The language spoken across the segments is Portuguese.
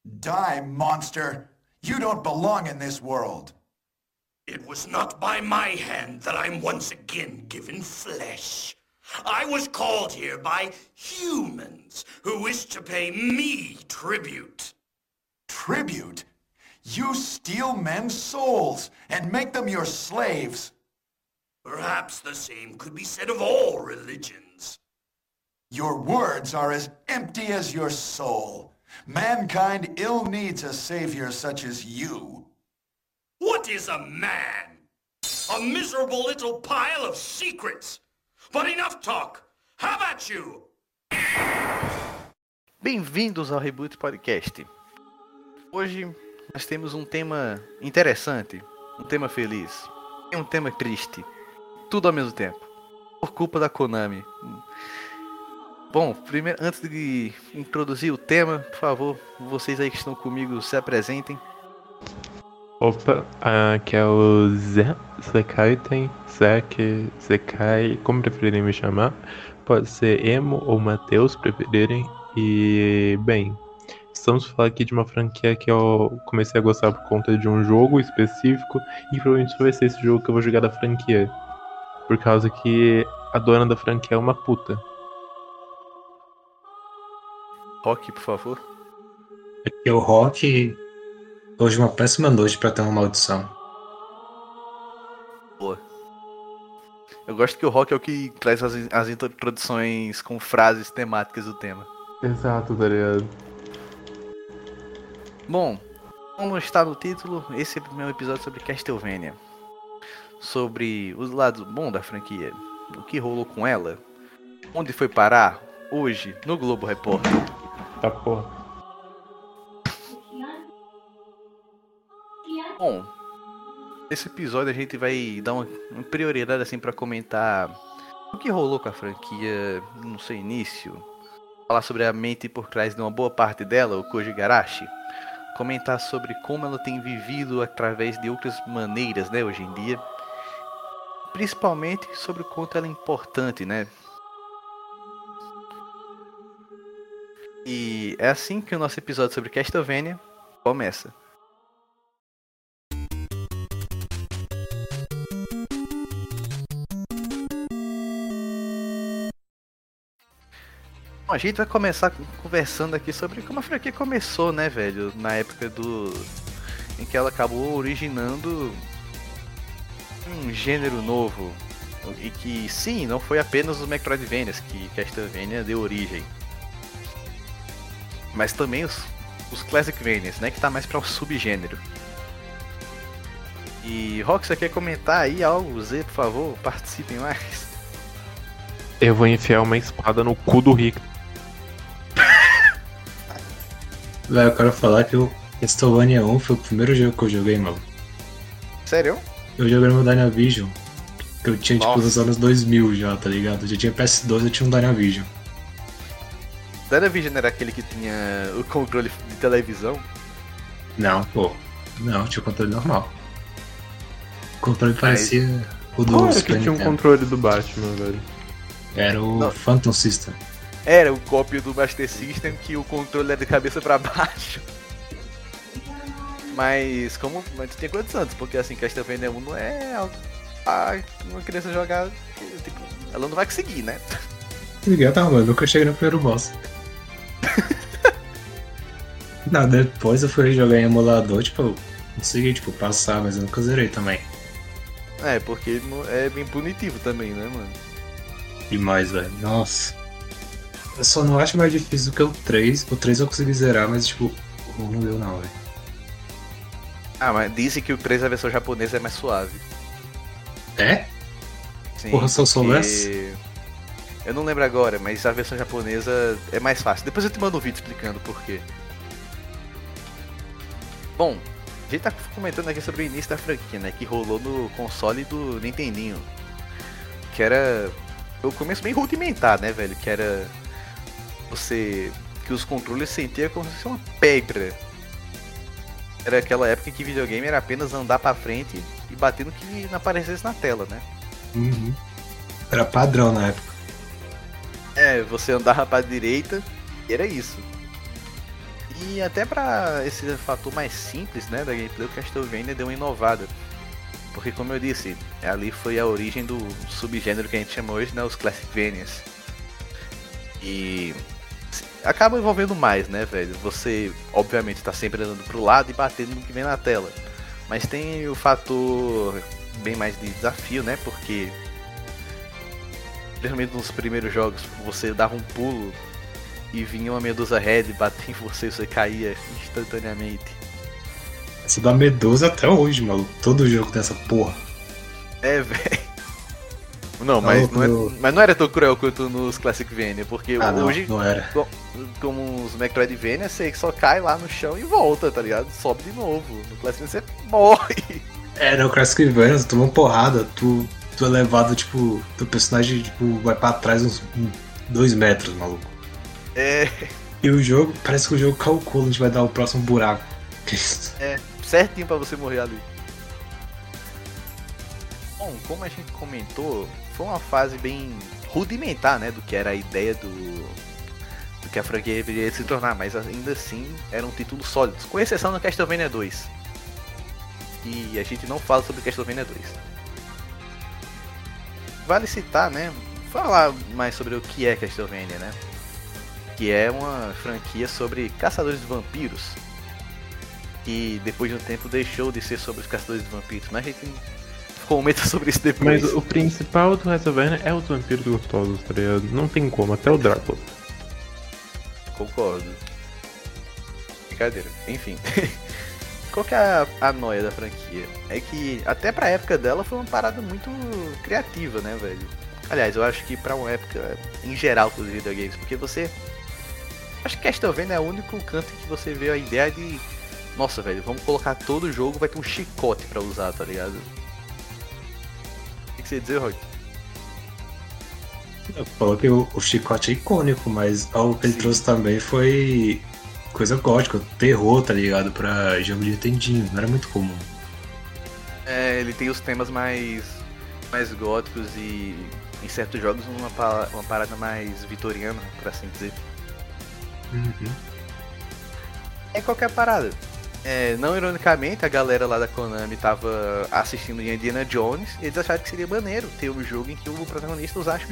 Die, monster! You don't belong in this world! It was not by my hand that I'm once again given flesh. I was called here by humans who wish to pay me tribute. Tribute? You steal men's souls and make them your slaves. Perhaps the same could be said of all religions. Your words are as empty as your soul. Mankind ill needs a savior such as you. What is a man? A miserable little pile of secrets. But enough talk. How about you? Bem-vindos ao Reboot Podcast. Hoje nós temos um tema interessante, um tema feliz e um tema triste. Tudo ao mesmo tempo. Por culpa da Konami. Bom, primeiro, antes de introduzir o tema, por favor, vocês aí que estão comigo se apresentem. Opa, aqui é o Zé, Zekaiten, Zek, Zekai, como preferirem me chamar. Pode ser Emo ou Matheus, preferirem. E, bem, estamos falando aqui de uma franquia que eu comecei a gostar por conta de um jogo específico. E provavelmente vai ser esse jogo que eu vou jogar da franquia. Por causa que a dona da franquia é uma puta. Rock, por favor. Aqui é o Rock. Hoje uma péssima noite pra ter uma maldição. Boa. Eu gosto que o Rock é o que traz as introduções com frases temáticas do tema. Exato, tá ligado? Bom, como está no título, esse é o meu episódio sobre Castlevania. Sobre os lados bons da franquia. O que rolou com ela. Onde foi parar hoje no Globo Repórter. Tá porra. Bom, nesse episódio a gente vai dar uma prioridade assim pra comentar o que rolou com a franquia no seu início, falar sobre a mente por trás de uma boa parte dela, o Koji Igarashi, comentar sobre como ela tem vivido através de outras maneiras, né, hoje em dia, principalmente sobre o quanto ela é importante, né. E é assim que o nosso episódio sobre Castlevania começa. A gente vai começar conversando aqui sobre como a franquia começou, né, velho? Na época em que ela acabou originando um gênero novo. E que, sim, não foi apenas os Metroidvanias que Castlevania deu origem. Mas também os Classicvanias, né? Que tá mais pra um subgênero. E, Rock, você quer comentar aí algo? Zé, por favor, participem mais. Eu vou enfiar uma espada no cu do Rick. Velho, eu quero falar que o Castlevania 1 foi o primeiro jogo que eu joguei, mano. Sério? Eu joguei no Dynavision. Que eu tinha, tipo, Nossa. nos anos 2000 já, tá ligado? Eu já tinha PS2, eu tinha um Dynavision. Dynavision era aquele que tinha o controle de televisão? Não, pô. Não, tinha o controle normal. O controle parecia o do Qual era que Super tinha um Nintendo. controle do Batman, velho? Era o Não. Phantom System. Era o cópia do Master System que o controle era de cabeça pra baixo. Mas tu tinha quantos anos? Porque assim, Castlevania 1 não é algo uma criança jogar, tipo, ela não vai conseguir, né? Ligado, tá, mano. Eu nunca cheguei no primeiro boss. Não, depois eu fui jogar em emulador, tipo, eu consegui, tipo, passar, mas eu nunca zerei também. É, porque é bem punitivo também, né, mano? Demais, velho. Nossa. Eu só não acho mais difícil do que o 3. O 3 eu consegui zerar, mas, tipo, o 1 não deu não, velho. Ah, mas dizem que o 3 a versão japonesa é mais suave. É? Sim, Porra, se eu porque- soubesse. Eu não lembro agora, mas a versão japonesa é mais fácil. Depois eu te mando um vídeo explicando por quê. Bom, a gente tá comentando aqui sobre o início da franquia, né? Que rolou no console do Nintendinho. Que era o começo bem rudimentar, né, velho? Que era que os controles sentiam como se fosse uma pedra. Era aquela época em que videogame era apenas andar pra frente e bater no que não aparecesse na tela, né? Uhum. Era padrão na época. É, você andava pra direita e era isso. E até pra esse fator mais simples, né, da gameplay, o Castlevania deu uma inovada. Porque como eu disse, ali foi a origem do subgênero que a gente chama hoje, né, os Classicvanias. E acaba envolvendo mais, né, velho? Você, obviamente, tá sempre andando pro lado e batendo no que vem na tela. Mas tem o fator bem mais de desafio, né, porque principalmente nos primeiros jogos, você dava um pulo e vinha uma Medusa Red bater em você e você caía instantaneamente. Essa da Medusa até hoje, maluco. Todo jogo tem essa porra. É, velho. Não, mas não era tão cruel quanto nos Classicvania, porque hoje, não era. como os Metroidvania, você só cai lá no chão e volta, tá ligado? Sobe de novo. No Classicvania você morre. No Castlevania, tu toma uma porrada, tu é levado, tipo, teu personagem tipo, vai pra trás uns 2 metros, maluco. É. E o jogo, parece que o jogo calcula onde vai dar o próximo buraco. É, certinho pra você morrer ali. Bom, como a gente comentou, foi uma fase bem rudimentar, né, do que era a ideia do que a franquia deveria se tornar, mas ainda assim eram títulos sólidos, com exceção do Castlevania 2. E a gente não fala sobre Castlevania 2. Vale citar, né, falar mais sobre o que é Castlevania, né, que é uma franquia sobre caçadores de vampiros, que depois de um tempo deixou de ser sobre os caçadores de vampiros, mas a gente comenta sobre isso depois. Mas o principal do Castlevania é os vampiros gostosos, tá ligado? Não tem como, até o Drácula. Concordo. Brincadeira. Enfim. Qual que é a noia da franquia? É que até pra época dela foi uma parada muito criativa, né, velho? Aliás, eu acho que pra uma época em geral dos videogames, porque você... Acho que Castlevania é o único canto que você vê a ideia de... Nossa, velho, vamos colocar todo jogo, vai ter um chicote pra usar, tá ligado? O que você ia dizer, Roy? Eu falo que o chicote é icônico, mas algo que ele trouxe também foi coisa gótica, terror, tá ligado? Pra jogo de Nintendinho, não era muito comum. É, ele tem os temas mais góticos e em certos jogos uma parada mais vitoriana, por assim dizer. Uhum. É qualquer parada. Não ironicamente, a galera lá da Konami tava assistindo Indiana Jones e eles acharam que seria maneiro ter um jogo em que o protagonista usasse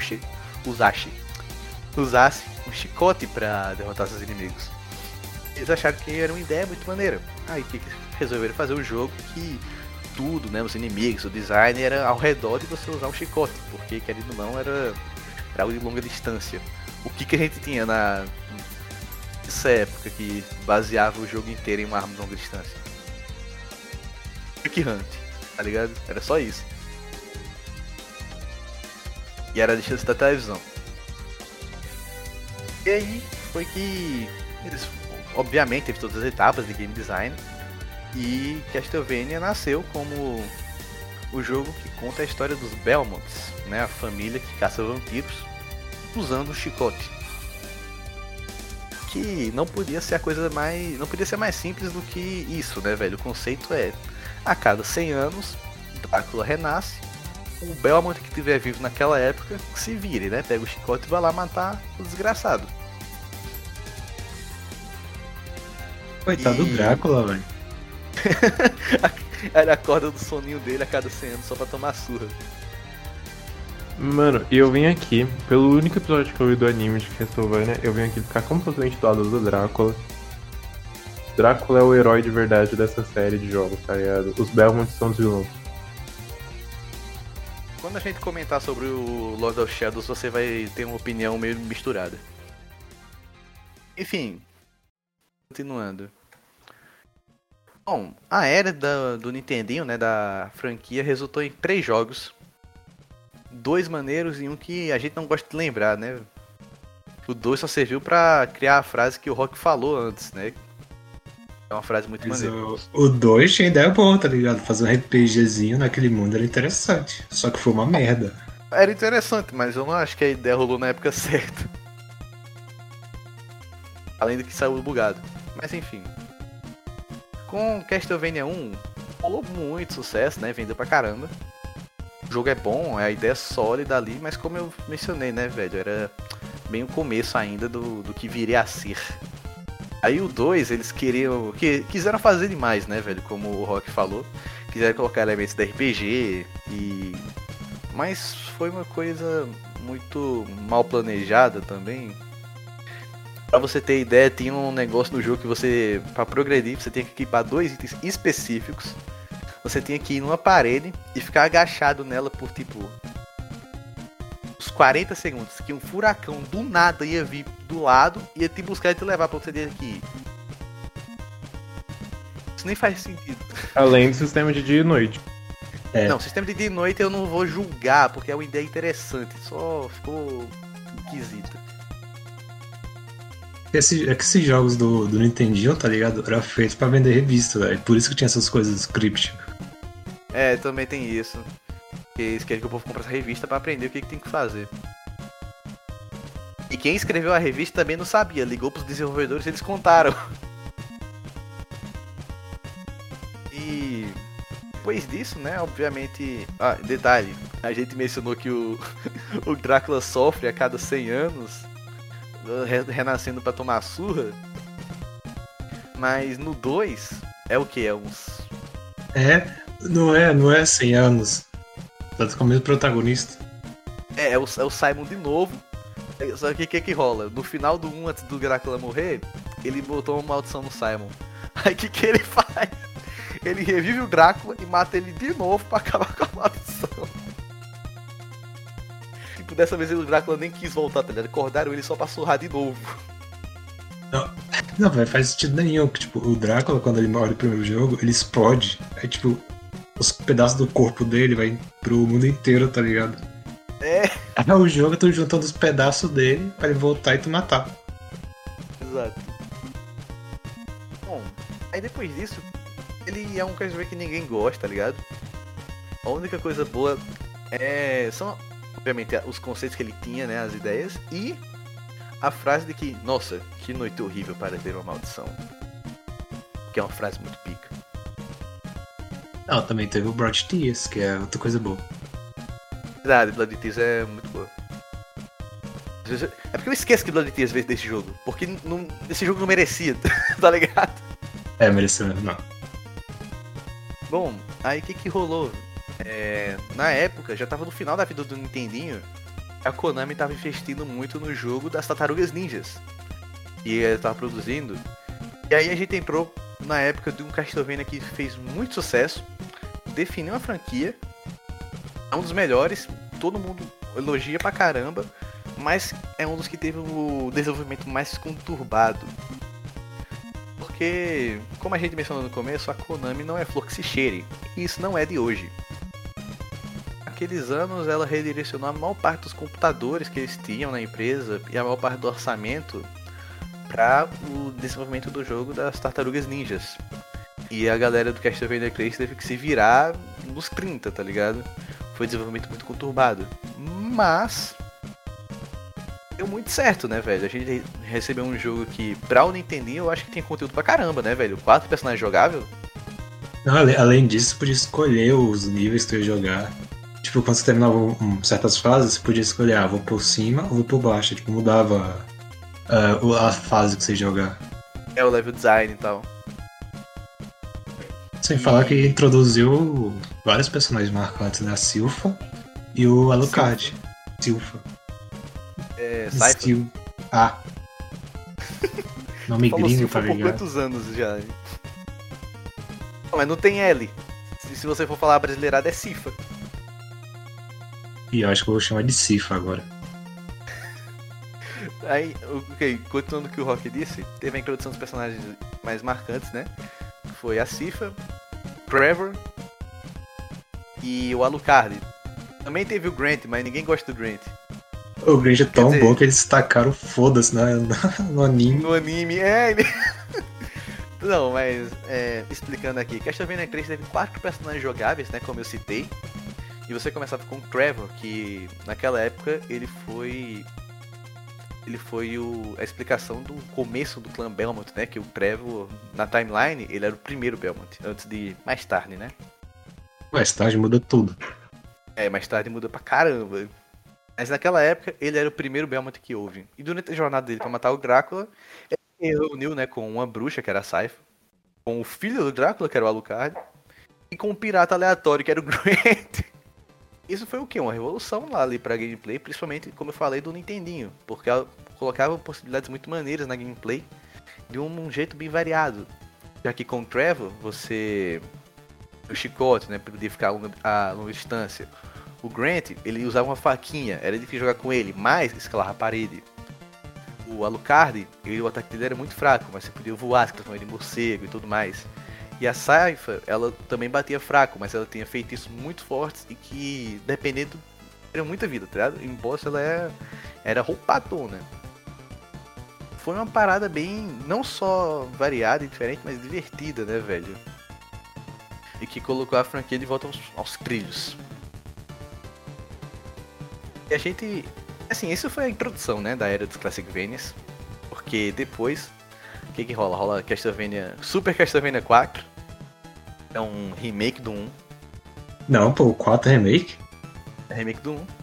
um chicote pra derrotar seus inimigos. Eles acharam que era uma ideia muito maneira. Aí que resolveram fazer um jogo que tudo, né, os inimigos, o design era ao redor de você usar um chicote, porque querendo ou não era algo de longa distância. O que a gente tinha nessa época que baseava o jogo inteiro em uma arma de longa distância? Duck Hunt, tá ligado? Era só isso. E era a distância da televisão. E aí foi que eles, obviamente, teve todas as etapas de game design. E Castlevania nasceu como o jogo que conta a história dos Belmonts, né? A família que caça vampiros usando um chicote. Que não podia ser não podia ser mais simples do que isso, né, velho? O conceito é: a cada 100 anos, Drácula renasce. O Belmont que estiver vivo naquela época, que se vire, né? Pega o chicote e vai lá matar o desgraçado. Coitado do Drácula, velho. Ele acorda do soninho dele a cada 100 anos só pra tomar surra. Mano, e eu vim aqui, pelo único episódio que eu vi do anime de Castlevania, eu vim aqui ficar completamente do lado do Drácula. Drácula é o herói de verdade dessa série de jogos, tá ligado? Os Belmonts são os vilões. Quando a gente comentar sobre o Lord of Shadows, você vai ter uma opinião meio misturada. Enfim, continuando. Bom, a era do Nintendinho, né, da franquia, resultou em 3 jogos. 2 maneiros e um que a gente não gosta de lembrar, né? O 2 só serviu pra criar a frase que o Rock falou antes, né? É uma frase muito maneira. O 2 tinha ideia boa, tá ligado? Fazer um RPGzinho naquele mundo era interessante. Só que foi uma merda. Era interessante, mas eu não acho que a ideia rolou na época certa. Além do que saiu bugado. Mas enfim. Com Castlevania 1, rolou muito sucesso, né? Vendeu pra caramba. O jogo é bom, a ideia é sólida ali, mas como eu mencionei, né, velho? Era bem o começo ainda do que viria a ser. Aí o 2, eles quiseram fazer demais, né, velho? Como o Rock falou. Quiseram colocar elementos da RPG mas foi uma coisa muito mal planejada também. Pra você ter ideia, tinha um negócio no jogo que você, pra progredir, você tinha que equipar 2 itens específicos. Você tinha que ir numa parede e ficar agachado nela por tipo uns 40 segundos. Que um furacão do nada ia vir do lado, ia te buscar e te levar pra você ter que ir. Isso nem faz sentido. Além do sistema de dia e noite. Não, sistema de dia e noite eu não vou julgar, porque é uma ideia interessante. Só ficou esquisito. É que esses jogos do Nintendinho, tá ligado? Era feito pra vender revista, velho. Por isso que tinha essas coisas cryptic. É, também tem isso. Porque eles querem que o povo compre essa revista pra aprender o que tem que fazer. E quem escreveu a revista também não sabia. Ligou pros desenvolvedores e eles contaram. E depois disso, né, obviamente... Ah, detalhe. A gente mencionou que o Drácula sofre a cada 100 anos... renascendo pra tomar surra. Mas no 2 é o que? É uns... Não é 100 anos. Tá com o mesmo protagonista. É o Simon de novo. Só que o que rola? No final do 1, antes do Drácula morrer, ele botou uma maldição no Simon. Aí o que ele faz? Ele revive o Drácula e mata ele de novo pra acabar com a maldição. Tipo, dessa vez o Drácula nem quis voltar, tá ligado? Acordaram ele só pra surrar de novo. Não, velho, faz sentido nenhum. Que, tipo, o Drácula, quando ele morre no primeiro jogo, ele explode. Aí, tipo, os pedaços do corpo dele vai pro mundo inteiro, tá ligado? Aí o jogo, eu tô juntando os pedaços dele pra ele voltar e tu matar. Exato. Bom, aí depois disso, ele é um coisa que ninguém gosta, tá ligado? A única coisa boa são, obviamente, os conceitos que ele tinha, né, as ideias, e a frase de que, nossa, que noite horrível para ver uma maldição. Que é uma frase muito pica. Não, também teve o Blood Tears, que é outra coisa boa. Verdade, Blood Tears é muito boa. É porque eu esqueço que Blood Tears veio desse jogo. Porque esse jogo não merecia, tá ligado? Mereceu mesmo, não. Bom, aí o que rolou? Na época, já tava no final da vida do Nintendinho, a Konami tava investindo muito no jogo das Tartarugas Ninjas. E ela tava produzindo. E aí a gente entrou na época de um Castlevania que fez muito sucesso, definiu a franquia, é um dos melhores, todo mundo elogia pra caramba, mas é um dos que teve o desenvolvimento mais conturbado. Porque, como a gente mencionou no começo, a Konami não é flor que se cheire, e isso não é de hoje. Naqueles anos ela redirecionou a maior parte dos computadores que eles tinham na empresa e a maior parte do orçamento para o desenvolvimento do jogo das Tartarugas Ninjas. E a galera do Castlevania 3 teve que se virar nos 30, tá ligado? Foi um desenvolvimento muito conturbado. Mas deu muito certo, né, velho? A gente recebeu um jogo que, pra o Nintendinho, eu acho que tem conteúdo pra caramba, né, velho? 4 personagens jogáveis. Não, além disso, você podia escolher os níveis que tu ia jogar. Tipo, quando você terminava certas fases, você podia escolher, vou por cima ou vou por baixo. Tipo, mudava a fase que você ia jogar. O level design e tal. Sem falar que introduziu vários personagens marcantes, né? A Silpha e o Alucard. Silpha. Cypher. Nome gringo, tá por ligado? quantos anos já? Não, mas não tem L. Se você for falar brasileirada, é Cifa. E eu acho que eu vou chamar de Cifa agora. Aí, ok, continuando o que o Rock disse, teve a introdução dos personagens mais marcantes, né? Foi a Cifa, Trevor e o Alucard. Também teve o Grant, mas ninguém gosta do Grant. O Grant é tão bom que eles tacaram foda-se no anime. No anime, ele... Não, mas explicando aqui, Castlevania 3 teve 4 personagens jogáveis, né, como eu citei. E você começava com o Trevor, que naquela época ele foi a explicação do começo do clã Belmont, né? Que o Trevor, na timeline, ele era o primeiro Belmont, antes de mais tarde, né? Mais tarde muda tudo. Mais tarde muda pra caramba. Mas naquela época, ele era o primeiro Belmont que houve. E durante a jornada dele pra matar o Drácula, ele reuniu, né, com uma bruxa, que era a Sypha, com o filho do Drácula, que era o Alucard, e com um pirata aleatório, que era o Grant. Isso foi o quê? Uma revolução lá ali pra gameplay, principalmente, como eu falei, do Nintendinho, porque ela colocava possibilidades muito maneiras na gameplay, de um jeito bem variado. Já que com o Trevor, você... o chicote, né, podia ficar a longa distância. O Grant, ele usava uma faquinha, era difícil jogar com ele, mas escalar a parede. O Alucard, o ataque dele era muito fraco, mas você podia voar, você transformava ele em morcego e tudo mais. E a Sypha, ela também batia fraco, mas ela tinha feitiços muito fortes e que, dependendo, era muita vida, tá ligado? Em boss ela era roupadona. Foi uma parada bem, não só variada e diferente, mas divertida, né, velho? E que colocou a franquia de volta aos trilhos. E a gente... assim, isso foi a introdução, né, da era dos Classicvanias. Porque depois, o que rola? Rola Castlevania, Super Castlevania 4. É um remake do 1. Não, pô, o 4 é remake? É remake do 1.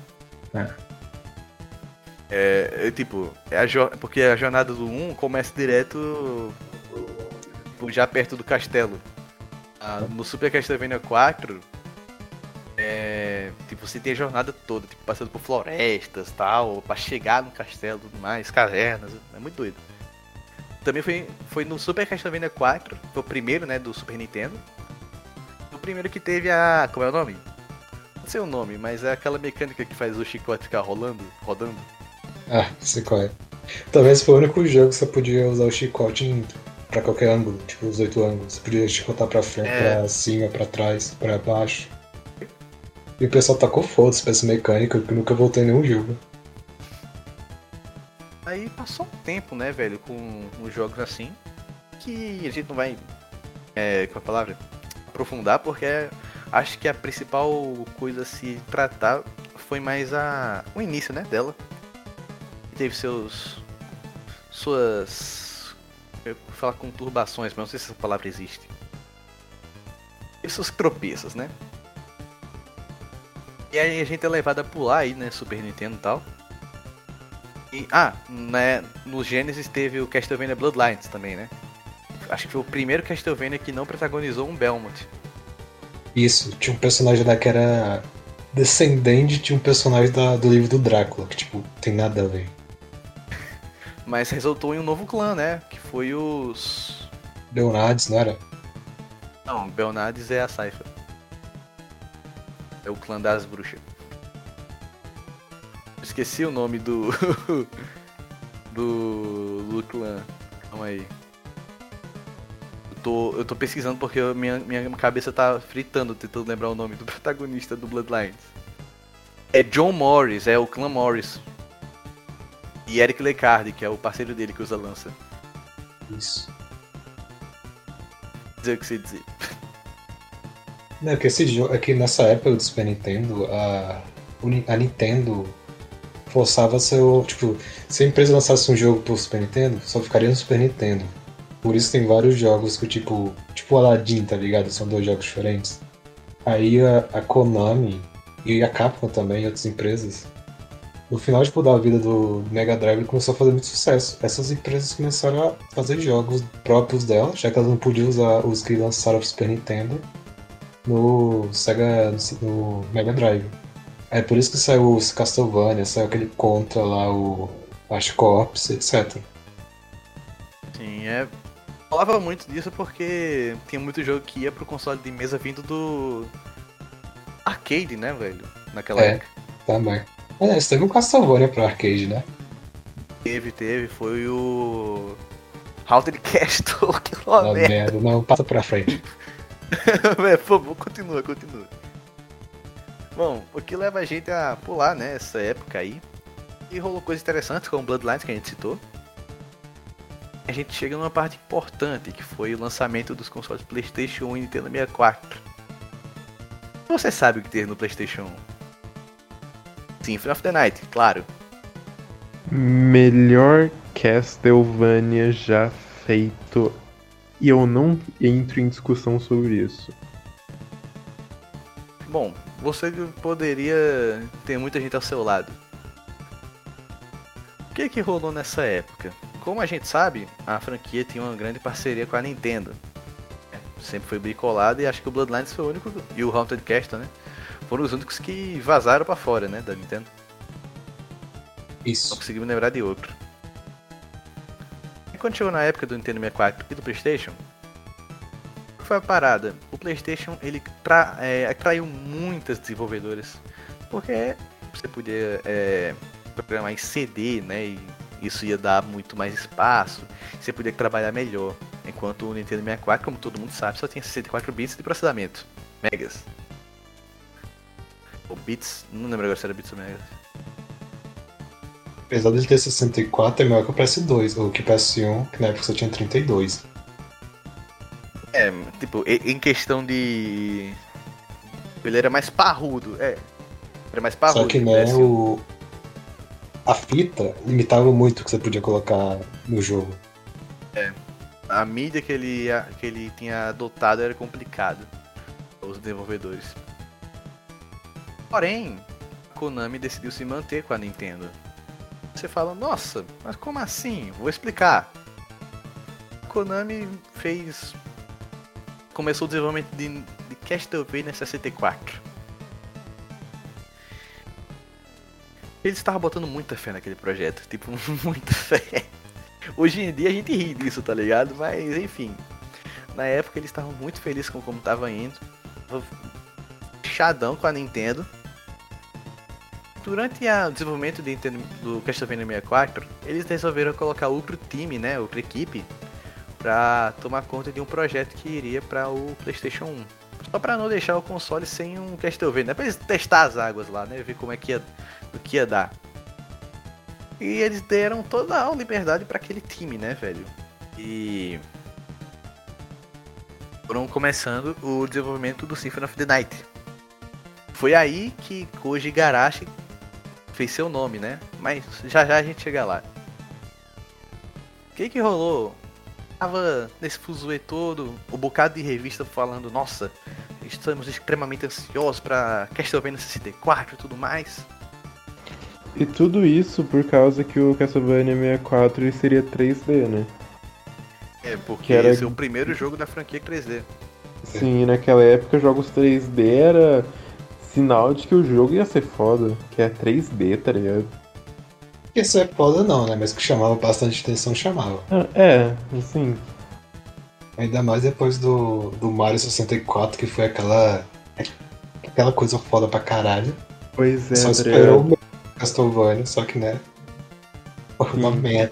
É. Porque a jornada do 1 começa direto já perto do castelo. No Super Castlevania 4, você tem a jornada toda, tipo, passando por florestas, tal, pra chegar no castelo e tudo mais, cavernas, é muito doido. Também foi no Super Castlevania 4, foi o primeiro, né, do Super Nintendo. O primeiro que teve como é o nome? Não sei o nome, mas é aquela mecânica que faz o chicote ficar rodando. Ah, sei qual é. Talvez foi o único jogo que você podia usar o chicote pra qualquer ângulo, tipo os 8 ângulos. Você podia chicotar pra frente, pra cima, pra trás, pra baixo. E o pessoal tacou foda-se pra essa mecânica, que eu nunca voltei em nenhum jogo. Aí passou um tempo, né, velho, com os jogos assim, que a gente não vai, com a palavra, aprofundar, porque acho que a principal coisa a se tratar foi mais o início, né, dela. Teve suas, eu vou falar conturbações, mas não sei se essa palavra existe. Teve seus tropeços, né? E aí a gente é levado a pular aí, né, Super Nintendo e tal. E, né, no Genesis teve o Castlevania Bloodlines também, né? Acho que foi o primeiro Castlevania que não protagonizou um Belmont. Isso, tinha um personagem lá que era descendente de um personagem do livro do Drácula, que tipo, tem nada a ver. Mas resultou em um novo clã, né? Que foi os... Leonardes, não era? Não, Belnades é a Sypha. É o clã das bruxas. Esqueci o nome do clã. Calma aí. Eu tô pesquisando porque minha cabeça tá fritando tentando lembrar o nome do protagonista do Bloodlines. É John Morris, é o clã Morris. E Eric Lecard, que é o parceiro dele que usa lança. Isso. Dizer o que você dizer. Não, que esse jogo é que nessa época do Super Nintendo, a Nintendo forçava tipo, se a empresa lançasse um jogo pro Super Nintendo, só ficaria no Super Nintendo. Por isso tem vários jogos que tipo Aladdin, tá ligado? São 2 jogos diferentes. Aí a Konami e a Capcom também, e outras empresas, no final tipo, da vida do Mega Drive começou a fazer muito sucesso. Essas empresas começaram a fazer jogos próprios delas, já que elas não podiam usar os que lançaram pro Super Nintendo no Mega Drive. É por isso que saiu os Castlevania, saiu aquele Contra lá, o Ash Corps, etc. Sim, falava muito disso porque tinha muito jogo que ia pro console de mesa vindo do arcade, né, velho? Naquela época. Também. Você teve um Castlevania pro arcade, né? Teve, foi o Haunted Castle, que merda. Não, passa pra frente. Por favor, continua. Bom, o que leva a gente a pular, né, essa época aí. E rolou coisas interessantes, como Bloodlines, que a gente citou. A gente chega numa parte importante, que foi o lançamento dos consoles PlayStation 1 e Nintendo 64. Você sabe o que tem no PlayStation 1? Symphony of the Night, claro. Melhor Castlevania já feito. E eu não entro em discussão sobre isso. Bom, você poderia ter muita gente ao seu lado. O que rolou nessa época? como a gente sabe, a franquia tinha uma grande parceria com a Nintendo. Sempre foi bricolado e acho que o Bloodlines foi o único, e o Haunted Castle, né? Foram os únicos que vazaram pra fora, né, da Nintendo. Isso. Não consegui me lembrar de outro. E quando chegou na época do Nintendo 64 e do PlayStation, qual foi a parada? O PlayStation, ele atraiu muitas desenvolvedoras, porque você podia programar em CD, né, e isso ia dar muito mais espaço, você podia trabalhar melhor. Enquanto o Nintendo 64, como todo mundo sabe, só tinha 64 bits de processamento. Megas. Ou bits, não lembro agora se era bits ou megas. Apesar dele ter 64, é maior que o PS2, ou que o PS1, que na época só tinha 32. Tipo, em questão de... Ele era mais parrudo, Era mais parrudo. Só que, né, a fita limitava muito o que você podia colocar no jogo. A mídia que ele tinha adotado era complicado para os desenvolvedores. Porém, a Konami decidiu se manter com a Nintendo. Você fala, nossa, mas como assim? Vou explicar. A Konami começou o desenvolvimento de Castlevania 64. Eles estavam botando muita fé naquele projeto, tipo, muita fé. Hoje em dia a gente ri disso, tá ligado? Mas enfim, na época eles estavam muito felizes com como tava indo. Chadão com a Nintendo. Durante o desenvolvimento do Castlevania 64, eles resolveram colocar outro time, né, outra equipe, pra tomar conta de um projeto que iria para o PlayStation 1. Só pra não deixar o console sem um Castlevania, né, pra eles testar as águas lá, né, ver como é que ia dar. E eles deram toda a liberdade pra aquele time, né, velho? E foram começando o desenvolvimento do Symphony of the Night. Foi aí que Koji Igarashi fez seu nome, né? Mas já a gente chega lá. O que rolou? Tava nesse fuzuê todo, o bocado de revista falando, nossa, estamos extremamente ansiosos pra Castlevania 64 e tudo mais. E tudo isso por causa que o Castlevania 64 ele seria 3D, né? Porque esse é o primeiro jogo da franquia 3D. Sim, naquela época jogos 3D era sinal de que o jogo ia ser foda, que é 3D, tá ligado? Isso é foda não, né? Mas que chamava bastante atenção, chamava. Assim. Ainda mais depois do Mario 64, que foi aquela coisa foda pra caralho. Pois é, só esperou o Castlevania, só que, né? Foi uma merda.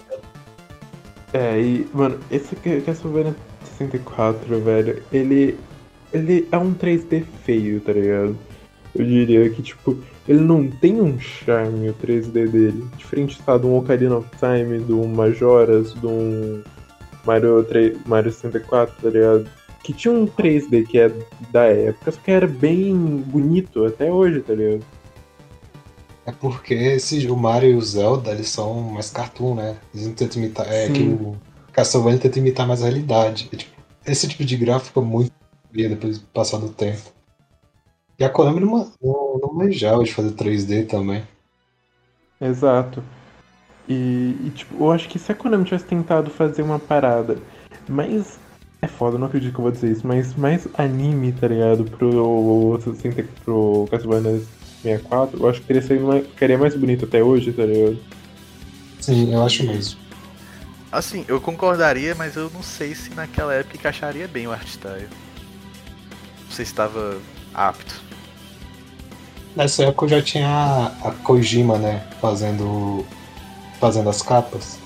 Mano, esse Castlevania 64, velho, ele é um 3D feio, tá ligado? Eu diria que, tipo, ele não tem um charme, o 3D dele. Diferente, tá, de um Ocarina of Time, de um Majora's, de um Mario 64, tá ligado? Que tinha um 3D que é da época, só que era bem bonito até hoje, tá ligado? É porque o Mario e o Zelda, eles são mais cartoon, né? Eles não tentam imitar. Que o Castlevania tenta imitar mais a realidade. E, tipo, esse tipo de gráfico é muito bem depois do passar do tempo. E a Konami não manjava de fazer 3D também. Exato. E tipo, eu acho que se a Konami tivesse tentado fazer uma parada mais... É foda, não acredito que eu vou dizer isso, mas mais anime, tá ligado? Pro Castlevania 64, eu acho que ficaria mais bonito até hoje, tá ligado? Sim, eu acho mesmo. Assim, eu concordaria, mas eu não sei se naquela época encaixaria bem o art style. Não sei se estava apto. Nessa época eu já tinha a Kojima, né? Fazendo as capas.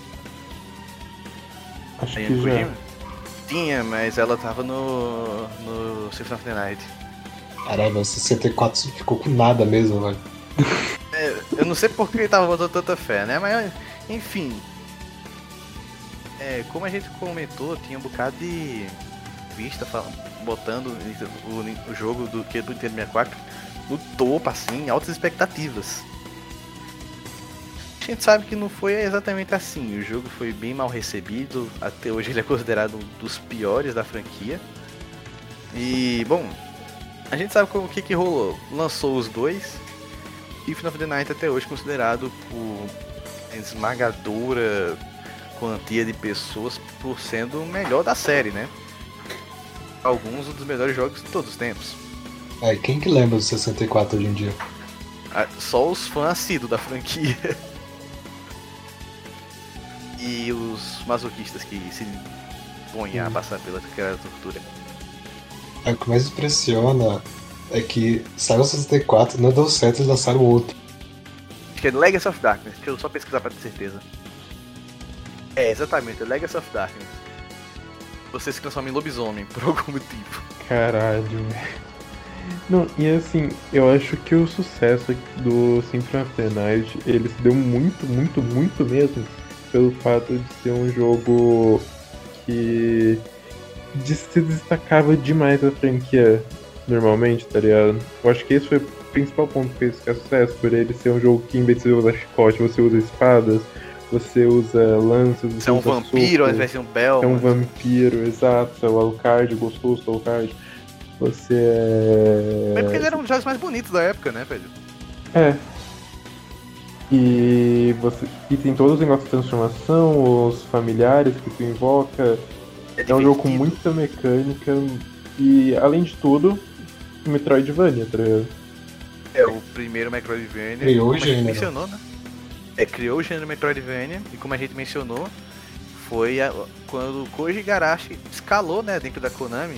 Acho Tinha que já. Kojima? Tinha, mas ela tava no Symphony of the Night. Caralho, o 64 ficou com nada mesmo, velho. Eu não sei por que ele tava botando tanta fé, né? Mas, enfim. Como a gente comentou, tinha um bocado de vista botando o jogo do Nintendo 64 no topo, assim, altas expectativas. A gente sabe que não foi exatamente assim. O jogo foi bem mal recebido. Até hoje ele é considerado um dos piores da franquia. E, bom, a gente sabe o que rolou. Lançou os dois. Symphony of the Night até hoje considerado por esmagadora quantia de pessoas por sendo o melhor da série, né? Alguns dos melhores jogos de todos os tempos. Quem que lembra do 64 hoje em dia? Só os fãs assíduos da franquia. E os masoquistas que se põem a passar pelaquela tortura. O que mais impressiona é que saiu o 64, não deu certo, eles lançaram outro. Acho que é Legacy of Darkness, deixa eu só pesquisar pra ter certeza. É, exatamente, Legacy of Darkness. Você se transforma em lobisomem, por algum motivo. Caralho, velho. Não, e assim, eu acho que o sucesso do Symphony of the Night, ele se deu muito, muito, muito mesmo pelo fato de ser um jogo que se destacava demais da franquia normalmente, tá ligado? Eu acho que esse foi o principal ponto que fez sucesso, por ele ser um jogo que em vez de você usar chicote, você usa espadas, você usa lanças, você é um vampiro, ao invés de um Bell. É um vampiro, exato, você é o Alucard, gostoso do Alucard. Você é... Mas porque eles eram um dos jogos mais bonitos da época, né, velho? É. E tem todos os negócios de transformação, os familiares que tu invoca. É um jogo com muita mecânica e, além de tudo, Metroidvania, tá ligado? É o primeiro Metroidvania. Criou o gênero. gênero. Mencionou, né? Criou o gênero Metroidvania e, como a gente mencionou, foi quando o Koji Igarashi escalou, né, dentro da Konami.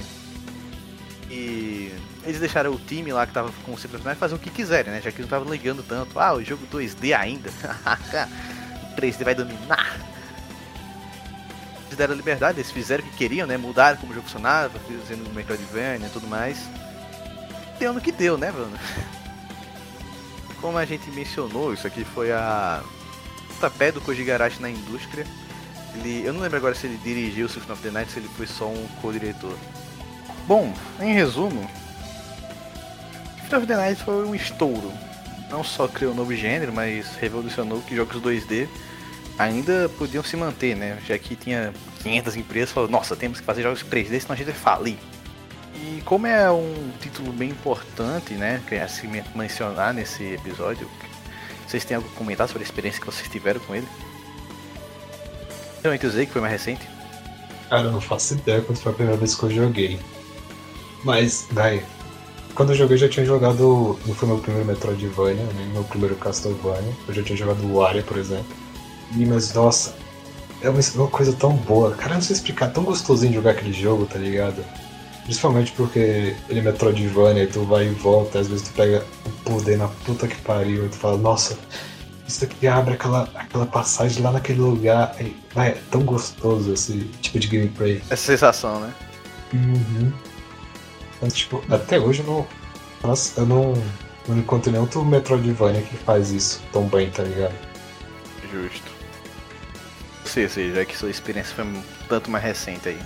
E eles deixaram o time lá que tava com o Symphony of the Night fazer o que quiserem, né? Já que não estavam ligando tanto. O jogo 2D ainda. O 3D vai dominar. Eles deram liberdade, eles fizeram o que queriam, né? Mudaram como o jogo funcionava, fazendo Metroidvania e tudo mais. Deu no que deu, né, Bruno? Como a gente mencionou, isso aqui foi o tapé do Koji Igarashi na indústria. Eu não lembro agora se ele dirigiu o Symphony of the Night, se ele foi só um co-diretor. Bom, em resumo, Symphony of the Night foi um estouro. Não só criou um novo gênero, mas revolucionou que jogos 2D ainda podiam se manter, né? Já que tinha 500 empresas falando, nossa, temos que fazer jogos 3D, senão a gente vai falir. E como é um título bem importante, né, que é se mencionar nesse episódio, vocês têm algo a comentar sobre a experiência que vocês tiveram com ele? Principalmente o Z, que foi mais recente. Cara, eu não faço ideia quando foi a primeira vez que eu joguei. Mas, quando eu joguei, eu já tinha jogado. Não foi meu primeiro Metroidvania, nem meu primeiro Castlevania. Eu já tinha jogado o Waria, por exemplo. Mas, nossa, é uma coisa tão boa. Cara, não sei explicar, é tão gostosinho jogar aquele jogo, tá ligado? Principalmente porque ele é Metroidvania e tu vai e volta, às vezes tu pega o poder na puta que pariu e tu fala, nossa, isso aqui abre aquela passagem lá naquele lugar. É tão gostoso esse tipo de gameplay. Essa sensação, né? Uhum. Então, tipo, até hoje eu não encontro nenhum outro Metroidvania que faz isso tão bem, tá ligado? Justo. Ou seja, já que sua experiência foi um tanto mais recente aí.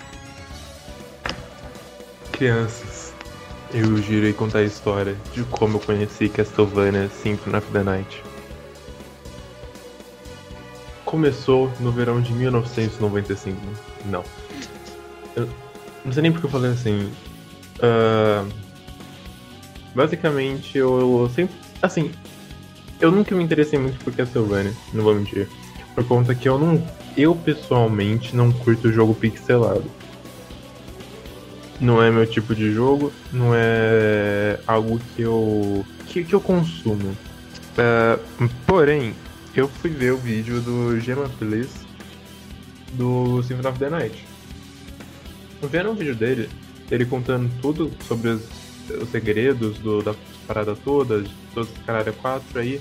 Crianças, eu irei contar a história de como eu conheci Castlevania Symphony of the Night. Começou no verão de 1995. Não. Eu não sei nem porque eu falei assim. Basicamente, eu sempre. Assim, eu nunca me interessei muito por Castlevania, não vou mentir. Por conta que eu pessoalmente não curto jogo pixelado. Não é meu tipo de jogo, não é algo que eu consumo. Porém, eu fui ver o vídeo do Gemma Feliz do Symphony of the Night. Vendo um vídeo dele, ele contando tudo sobre os segredos da parada toda, de todos os caralho 4 aí.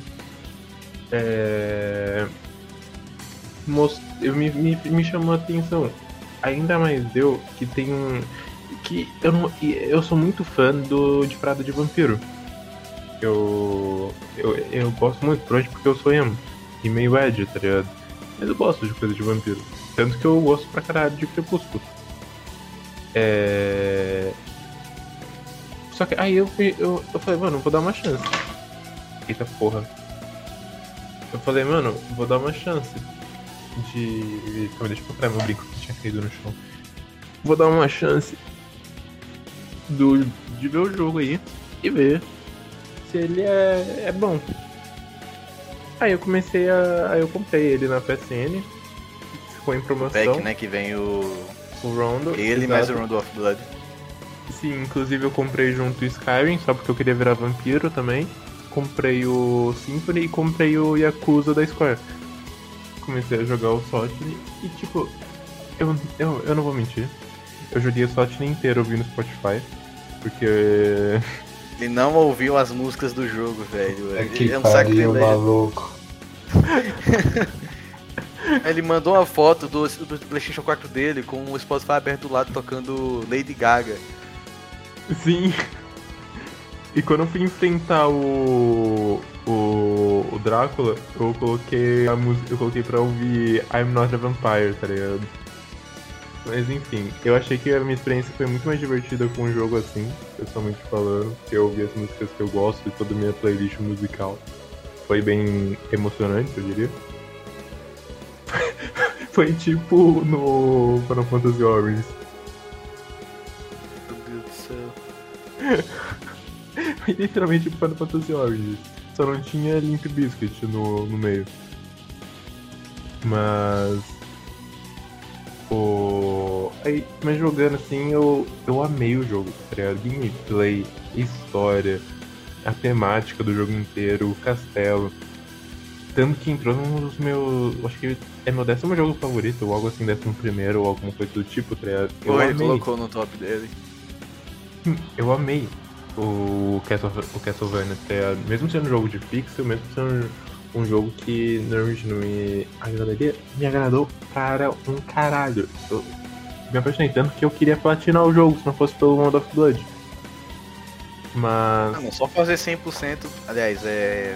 Me chamou a atenção. Ainda mais que tem que eu sou muito fã de parada de vampiro. Eu gosto muito, provavelmente porque eu sou emo e meio edgy, tá ligado? Mas eu gosto de coisa de vampiro. Tanto que eu gosto pra caralho de Crepúsculo. Só que aí eu falei, mano, vou dar uma chance. Eita porra. Eu falei, mano, vou dar uma chance Calma, deixa eu procurar meu brinco que tinha caído no chão. Vou dar uma chance de ver o jogo aí e ver se ele é bom. Aí eu comecei aí eu comprei ele na PSN, ficou em promoção. Pack, né? Que vem o Rondo. Ele mais o Rondo of Blood. Sim, inclusive eu comprei junto o Skyrim, só porque eu queria virar vampiro também. Comprei o Symphony e comprei o Yakuza da Square. Comecei a jogar o Sotini e tipo, eu não vou mentir. Eu joguei o Sotini inteiro ouvindo Spotify, porque... Ele não ouviu as músicas do jogo, velho. É que pariu, maluco. Ele mandou uma foto do PlayStation 4 dele com o Spotify aberto do lado tocando Lady Gaga. Sim. E quando eu fui enfrentar o Drácula, eu coloquei a música, eu coloquei pra ouvir I'm Not a Vampire, tá ligado? Mas enfim, eu achei que a minha experiência foi muito mais divertida com um jogo assim, pessoalmente falando, porque eu ouvi as músicas que eu gosto e toda a minha playlist musical. Foi bem emocionante, eu diria. Foi tipo no Final Fantasy Origins. Meu Deus do céu. Foi literalmente tipo Final Fantasy Origins. Só não tinha Limp Bizkit no meio. Mas... Mas jogando assim, eu amei o jogo, tá ligado? Gameplay, história, a temática do jogo inteiro, o castelo. Tanto que entrou num dos meus... Acho que é meu 10º jogo favorito, ou algo assim, 11º, ou alguma coisa do tipo, tá ligado? Ele colocou no top dele. Eu amei o Castlevania, tá ligado? Mesmo sendo um jogo de pixel, mesmo sendo um jogo que normalmente não me agradaria, me agradou para um caralho. Eu me apaixonei tanto que eu queria platinar o jogo, se não fosse pelo Round of Blood. Mas... Não, só fazer 100%, aliás, é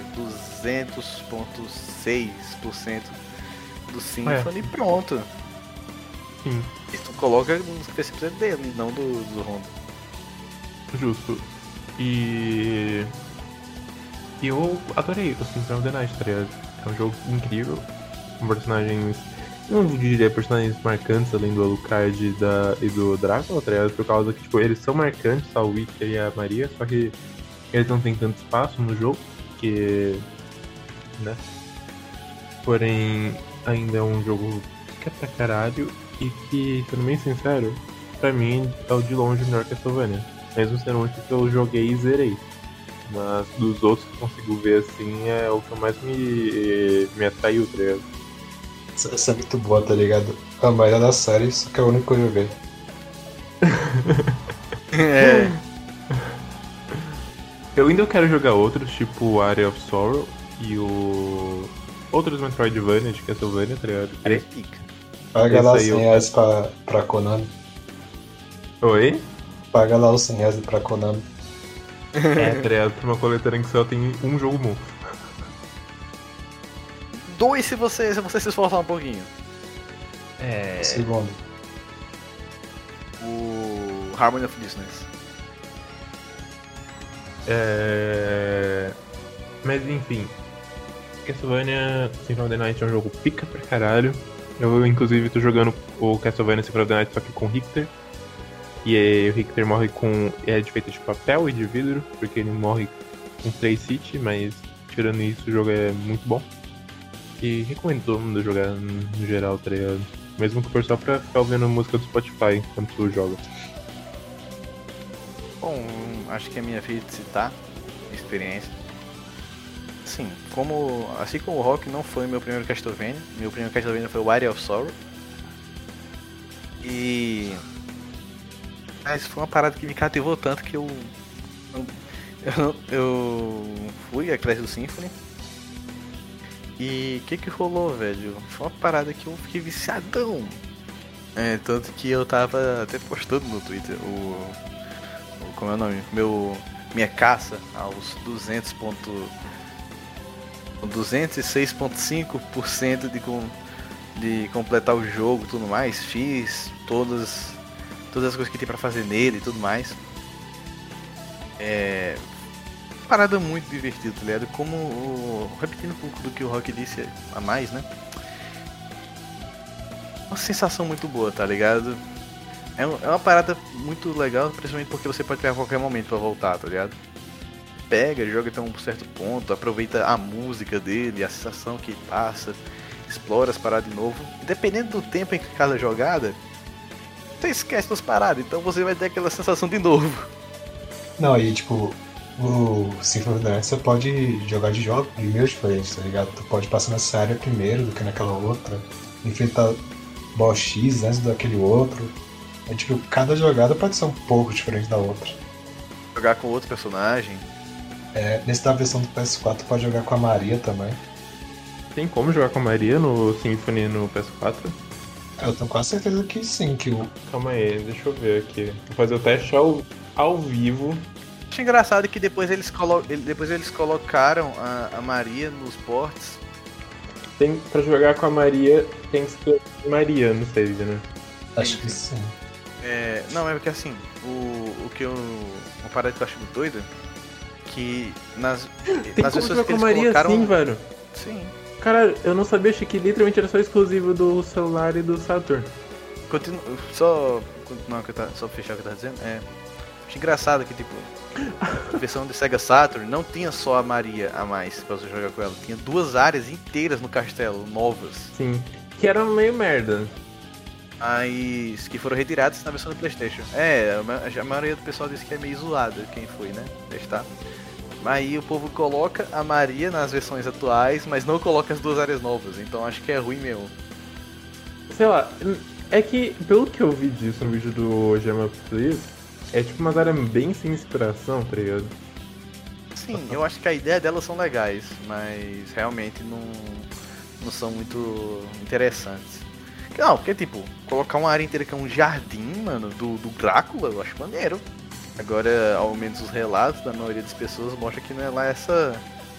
200.6% do Symphony e pronto. Sim. E tu coloca uns 50% dele, não do Rondo. Justo. E eu adorei o Symphony of the Night, tá ligado? É um jogo incrível, com personagens, não diria personagens marcantes além do Alucard e do Drácula, tá ligado? Por causa que, tipo, eles são marcantes, a Witcher e a Maria, só que eles não têm tanto espaço no jogo, que... né? Porém, ainda é um jogo que é pra caralho e que, sendo bem sincero, pra mim é o de longe o melhor Castlevania. Mesmo sendo um que eu joguei e zerei. Mas dos outros que eu consigo ver assim é o que mais me atraiu, tá ligado? Essa é muito boa, tá ligado? A maioria das séries, só que é o único que eu joguei. É. Eu ainda quero jogar outros, tipo Area of Sorrow e o... outros Metroidvania de Castlevania, tá ligado? Cara, é pica. Paga lá os 100 reais pra Konami. Oi? Paga lá os 100 reais pra Konami. É, tá ligado? Pra uma coletânea que só tem um jogo bom. 2 se você se esforçar um pouquinho. O segundo. O Harmony of Dissonance. Mas enfim, Castlevania Symphony of the Night é um jogo pica pra caralho. Eu inclusive tô jogando o Castlevania Symphony of the Night só que com Richter. E aí, o Richter morre com... é feito de papel e de vidro, porque ele morre com 3 hits, mas tirando isso o jogo é muito bom. E recomendo todo mundo jogar no geral, tá ligado? Mesmo que for só pra ficar ouvindo música do Spotify enquanto tu joga. Bom, acho que é minha vez de citar a experiência. Sim, assim como o Rock não foi meu primeiro Castlevania foi o Area of Sorrow. Mas foi uma parada que me cativou tanto que eu fui atrás do Symphony. E o que rolou, velho? Foi uma parada que eu fiquei viciadão. Tanto que eu tava até postando no Twitter como é o nome? Minha caça aos 206,5% de completar o jogo e tudo mais. Fiz todas as coisas que tem pra fazer nele e tudo mais. Parada muito divertida, tá ligado? Repetindo um pouco do que o Rock disse a mais, né? Uma sensação muito boa, tá ligado? É uma parada muito legal, principalmente porque você pode pegar a qualquer momento pra voltar, tá ligado? Pega, joga até um certo ponto, aproveita a música dele, a sensação que passa. explora as paradas de novo. E dependendo do tempo em que cada jogada, você esquece das paradas, então você vai ter aquela sensação de novo. Não, aí tipo, o Symphony of the Night você pode jogar de meios diferentes, tá ligado? Tu pode passar nessa área primeiro do que naquela outra, enfrentar boss X antes daquele outro. É tipo, cada jogada pode ser um pouco diferente da outra. Jogar com outro personagem. Nesse da versão do PS4 pode jogar com a Maria também. Tem como jogar com a Maria no Symphony no PS4? Eu tenho quase certeza que sim, que o... Calma aí, deixa eu ver aqui. Vou fazer o teste ao vivo. Acho engraçado que depois eles colocaram a Maria nos ports. Pra jogar com a Maria, tem que ser Maria no save, né? Acho que sim. Não, é porque assim, uma parada que eu acho muito doida, que nas pessoas que eles colocaram... Sim, velho. Sim. Cara, eu não sabia, achei que literalmente era só exclusivo do celular e do Saturn. Só fechar o que eu tava dizendo. Acho engraçado que, tipo, a versão de Sega Saturn não tinha só a Maria a mais pra você jogar com ela. Tinha 2 áreas inteiras no castelo, novas. Sim, que eram meio merda. Mas que foram retiradas na versão do PlayStation. A maioria do pessoal disse que é meio zoada quem foi, né? Testar. Aí o povo coloca a Maria nas versões atuais, mas não coloca as 2 áreas novas. Então acho que é ruim mesmo. Sei lá, é que pelo que eu vi disso no vídeo do Gema Please, é tipo umas áreas bem sem inspiração, tá ligado? Sim, eu acho que a ideia delas são legais, mas realmente não são muito interessantes. Não, porque tipo, colocar uma área inteira que é um jardim, mano, do Drácula, eu acho maneiro. Agora, ao menos os relatos da maioria das pessoas mostram que não é lá essas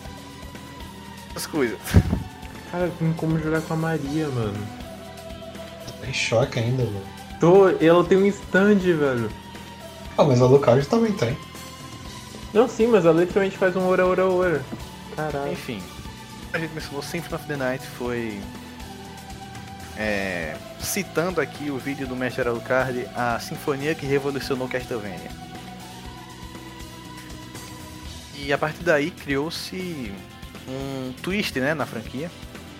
coisas. Cara, tem como jogar com a Maria, mano. Tá em choque ainda, velho. Ela tem um stand, velho. Mas a Alucard também tem. Não, sim, mas ela literalmente faz um ora. Caralho. Enfim, a gente mencionou Symphony of the Night, foi... citando aqui o vídeo do Mestre Alucard, a sinfonia que revolucionou Castlevania. E a partir daí criou-se um twist, né, na franquia.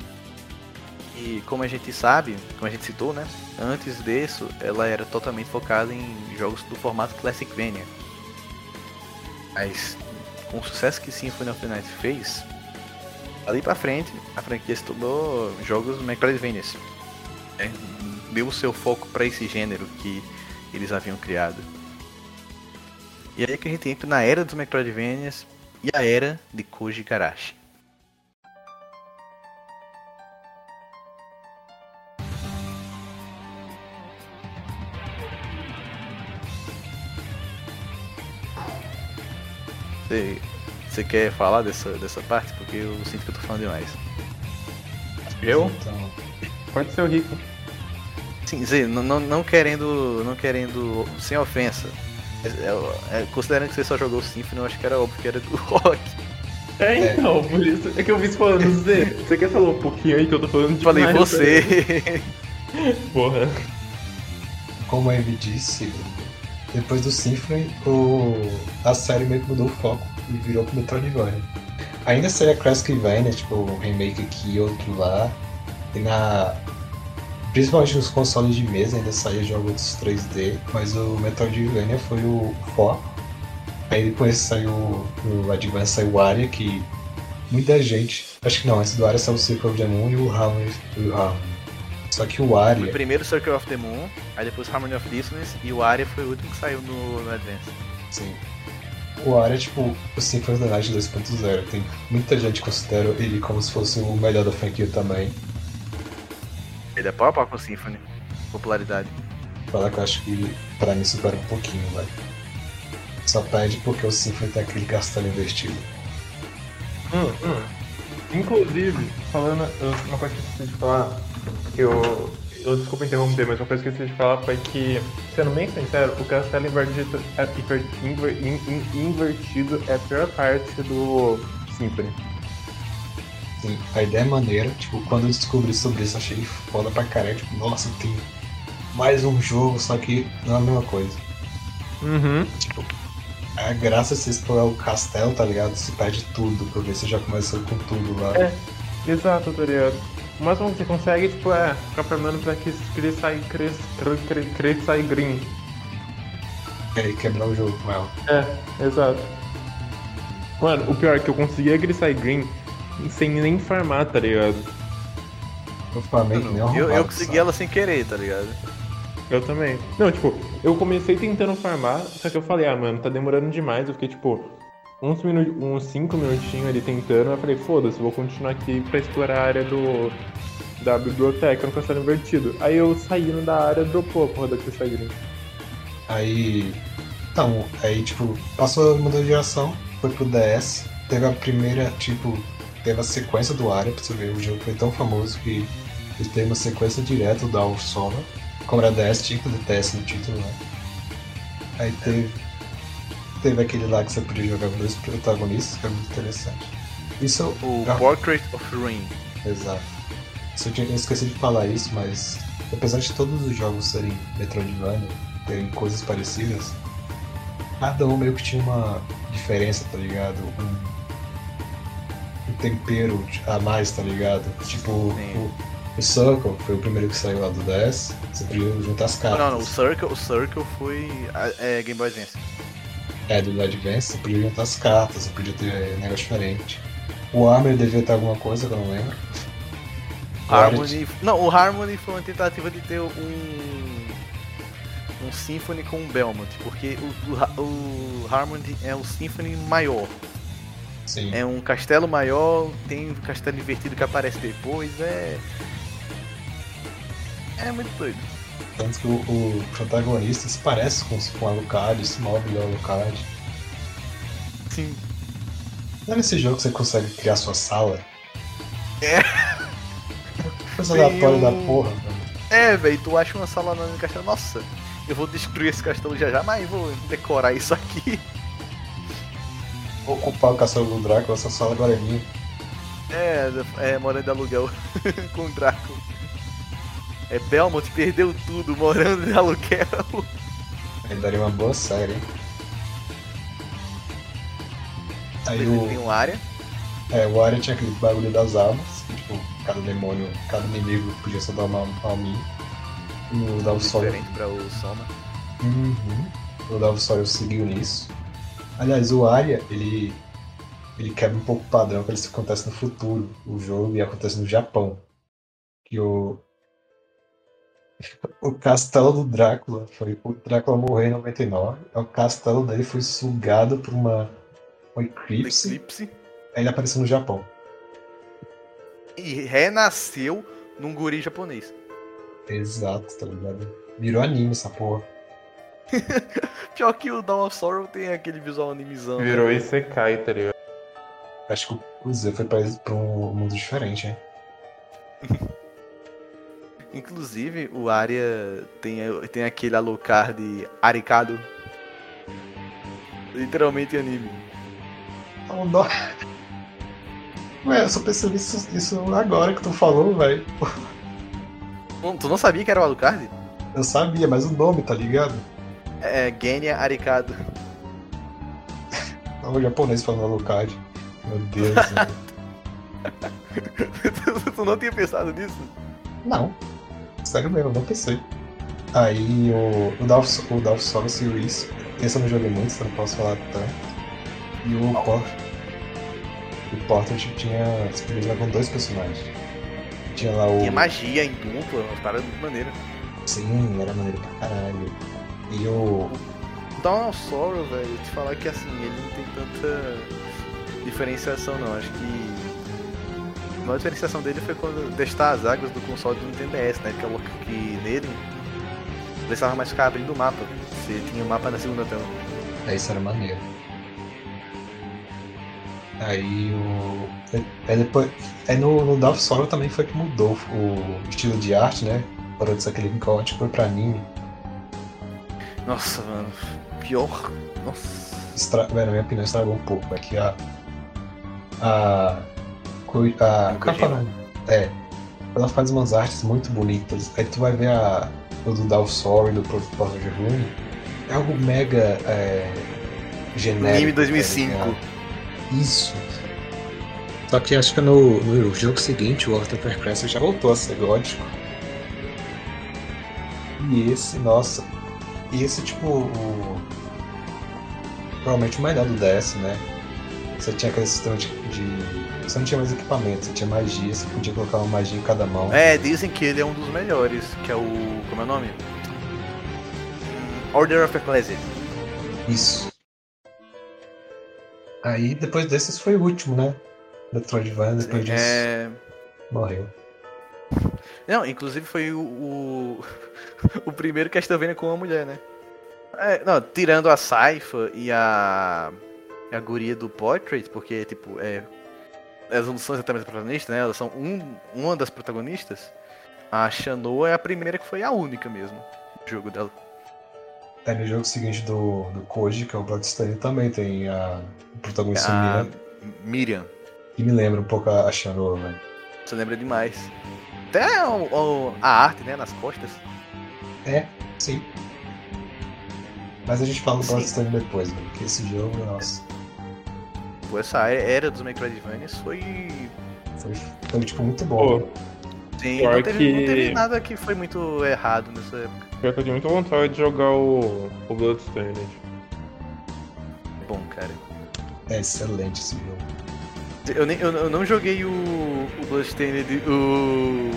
E como a gente sabe, como a gente citou, né, antes disso ela era totalmente focada em jogos do formato Classicvania. Mas com o sucesso que Symphony of the Night fez, ali pra frente a franquia se tornou jogos Metroidvanias. Deu o seu foco para esse gênero que eles haviam criado. E aí que a gente entra na era dos Metroidvanias e a era de Koji Igarashi. Você quer falar dessa parte? Porque eu sinto que eu tô falando demais. Eu? Então, Pode ser o Rico. Sim, Zé, não querendo, sem ofensa. Considerando que você só jogou o Symphony, eu acho que era óbvio que era do Rock. Então, por isso. É que eu vi você falando, Zé. Você quer falar um pouquinho aí que eu tô falando de Falei você. Porra. como a Ivy disse, depois do Symphony, a série meio que mudou o foco e virou pro Metroidvania. Ainda seria Castlevania, tipo, um remake aqui, outro lá. E principalmente nos consoles de mesa ainda saía jogos 3D, mas o Metroidvania foi o foco. Aí depois saiu o Advance, saiu o Aria, que muita gente... Acho que não, antes do Aria saiu o Circle of the Moon e o Harmony. Só que o Aria... Foi primeiro Circle of the Moon, aí depois Harmony of Dissonance, e o Aria foi o último que saiu no Advance. Sim. O Aria é tipo o Symphony of the Night 2.0. Tem muita gente que considera ele como se fosse o melhor da franquia também. Ele é pau a pau com o Symphony. Popularidade. Falar que eu acho que pra mim supera um pouquinho, velho. Só perde porque o Symphony tem aquele castelo invertido. Inclusive, falando, uma coisa que eu esqueci de falar, eu desculpa interromper, mas uma coisa que eu esqueci de falar foi que, sendo bem sincero, o castelo invertido é a pior parte do Symphony. Sim, a ideia é maneira, tipo, quando eu descobri sobre isso, achei foda pra caralho, tipo, nossa, tem mais um jogo, só que não é a mesma coisa. Tipo, a graça é você explorar o castelo, tá ligado? Você perde tudo, porque você já começou com tudo lá. É, exato, tá ligado? O máximo que você consegue, tipo, é ficar farmando pra que sair green. E quebrar o jogo com ela. Exato. Mano, o pior é que eu conseguia Grisai Green sem nem farmar, tá ligado? Eu farmei que nem um Eu arrombado, consegui sabe? ela sem querer, tá ligado? Eu também. Não, tipo, eu comecei tentando farmar, só que eu falei, mano, tá demorando demais. Eu fiquei, tipo, uns 5 minutinhos ali tentando. Eu falei, foda-se, vou continuar aqui pra explorar a área da biblioteca no castelo invertido. Aí eu saindo da área, dropou a porra da Grisai Green. Aí. Então, aí tipo, passou, mudou de geração, foi pro DS, teve a primeira, tipo, teve a sequência do Aria, pra você ver, o jogo foi tão famoso que ele teve uma sequência direta da Ursona. Como era DS, tinha que ter DS no título, né? Aí teve aquele lá que você podia jogar com 2 protagonistas, que é muito interessante. Isso O Portrait of Ruin. Exato. Eu esqueci de falar isso, mas apesar de todos os jogos serem Metroidvania, terem coisas parecidas, cada um meio que tinha uma diferença, tá ligado? Um tempero a mais, tá ligado? Tipo, o Circle foi o primeiro que saiu lá do DS, você podia juntar as cartas. Não, o Circle foi Game Boy Advance. Do Advance, você podia juntar as cartas, você podia ter negócio diferente. O Armor devia ter alguma coisa que eu não lembro. O Harmony foi uma tentativa de ter um Symphony com um Belmont, porque o Harmony é um Symphony maior. Sim. É um castelo maior, tem um castelo invertido que aparece depois, é muito doido. Tanto que o protagonista se parece com o Alucard, se move o Alucard. Sim. Não é nesse jogo que você consegue criar sua sala? Coisa Tem aleatória da porra, velho. Velho, tu acha uma sala no castelo, nossa, eu vou destruir esse castelo já, mas vou decorar isso aqui. Vou ocupar o castelo do Drácula, essa sala agora é minha. Morando de aluguel com o Drácula. Belmont perdeu tudo morando de aluguel. Aí daria uma boa série, hein? Aí Tem um área. o Aria tinha aquele bagulho das armas, tipo, cada demônio, cada inimigo podia só dar uma alminha. No Dark Souls. Diferente pra o Soma. O Dark Souls seguiu nisso. Aliás, o Aria, ele quebra um pouco o padrão que isso acontece no futuro, o jogo, e acontece no Japão. Que o castelo do Drácula, o Drácula morreu em 99, o castelo dele foi sugado por um eclipse, aí ele apareceu no Japão. E renasceu num guri japonês. Exato, tá ligado? Virou anime essa porra. Pior que o Dawn of Sorrow tem aquele visual animizão. Virou Isekai, tá ligado? Acho que o Z foi pra um mundo diferente, hein? Inclusive, o Aria tem aquele Alucard aricado. Literalmente anime. Oh, não. Ué, eu só percebi isso agora que tu falou, velho. Tu não sabia que era o Alucard? Eu sabia, mas o nome, tá ligado? Genya aricado. O japonês falando Alucard. Meu Deus, velho. Tu não tinha pensado nisso? Não. Sério mesmo, eu não pensei. Aí o Dark Souls saiu isso. Esse eu não joguei muito, então não posso falar tanto. E o Portal tinha. Você podia jogar com 2 personagens. Tinha lá o. Tinha magia em dupla, umas paradas muito maneiras. Sim, era maneiro pra caralho. E o. Dawn of Sorrow, velho, te falar que assim, ele não tem tanta diferenciação não. Acho que a maior diferenciação dele foi quando testar as águas do console do Nintendo DS, né? Que nele precisava mais ficar abrindo o mapa. Você tinha o mapa na segunda tela. Isso era maneiro. Aí depois. No Dark Souls também foi que mudou o estilo de arte, né? Parou de ser aquele gótico, foi pra anime. Nossa, mano. Pior. Nossa. Na minha opinião, estragou um pouco. É que ela faz umas artes muito bonitas. Aí tu vai ver o do Dark Souls e do Portal of Ruin. É algo mega genérico. Anime 2005. Isso. Só que acho que no jogo seguinte, o World of Warcraft já voltou a ser gótico. E esse, nossa. E esse, tipo, provavelmente o melhor do DS, né? Você tinha aquele sistema de. Você não tinha mais equipamento, você tinha magia, você podia colocar uma magia em cada mão. Dizem que ele é um dos melhores, que é o. Como é o nome? Order of Ecclesia. Isso. Aí depois desses foi o último, né? Metroidvania, depois disso. Morreu. Não, inclusive foi o primeiro Castlevania com uma mulher, né? Não, tirando a Saifa e a guria do Portrait, porque, tipo, elas não são exatamente as protagonistas, né? Elas são uma das protagonistas. A Shanoa é a primeira, que foi a única mesmo no jogo dela. No jogo seguinte do Koji, que é o Bloodstained, também tem a protagonista Miriam. Que me lembra um pouco a Shanoa, velho. Você lembra demais. Até a arte, né, nas costas. Sim. Mas a gente fala do Bloodstained depois, velho, porque esse jogo, nossa. Essa era dos Metroidvanias foi tipo, muito bom. Pô, sim, não teve nada que foi muito errado nessa época. Pior que eu tinha muita vontade de jogar o Bloodstained. Bom, cara. É excelente esse jogo. Eu não joguei o Bloodstained, o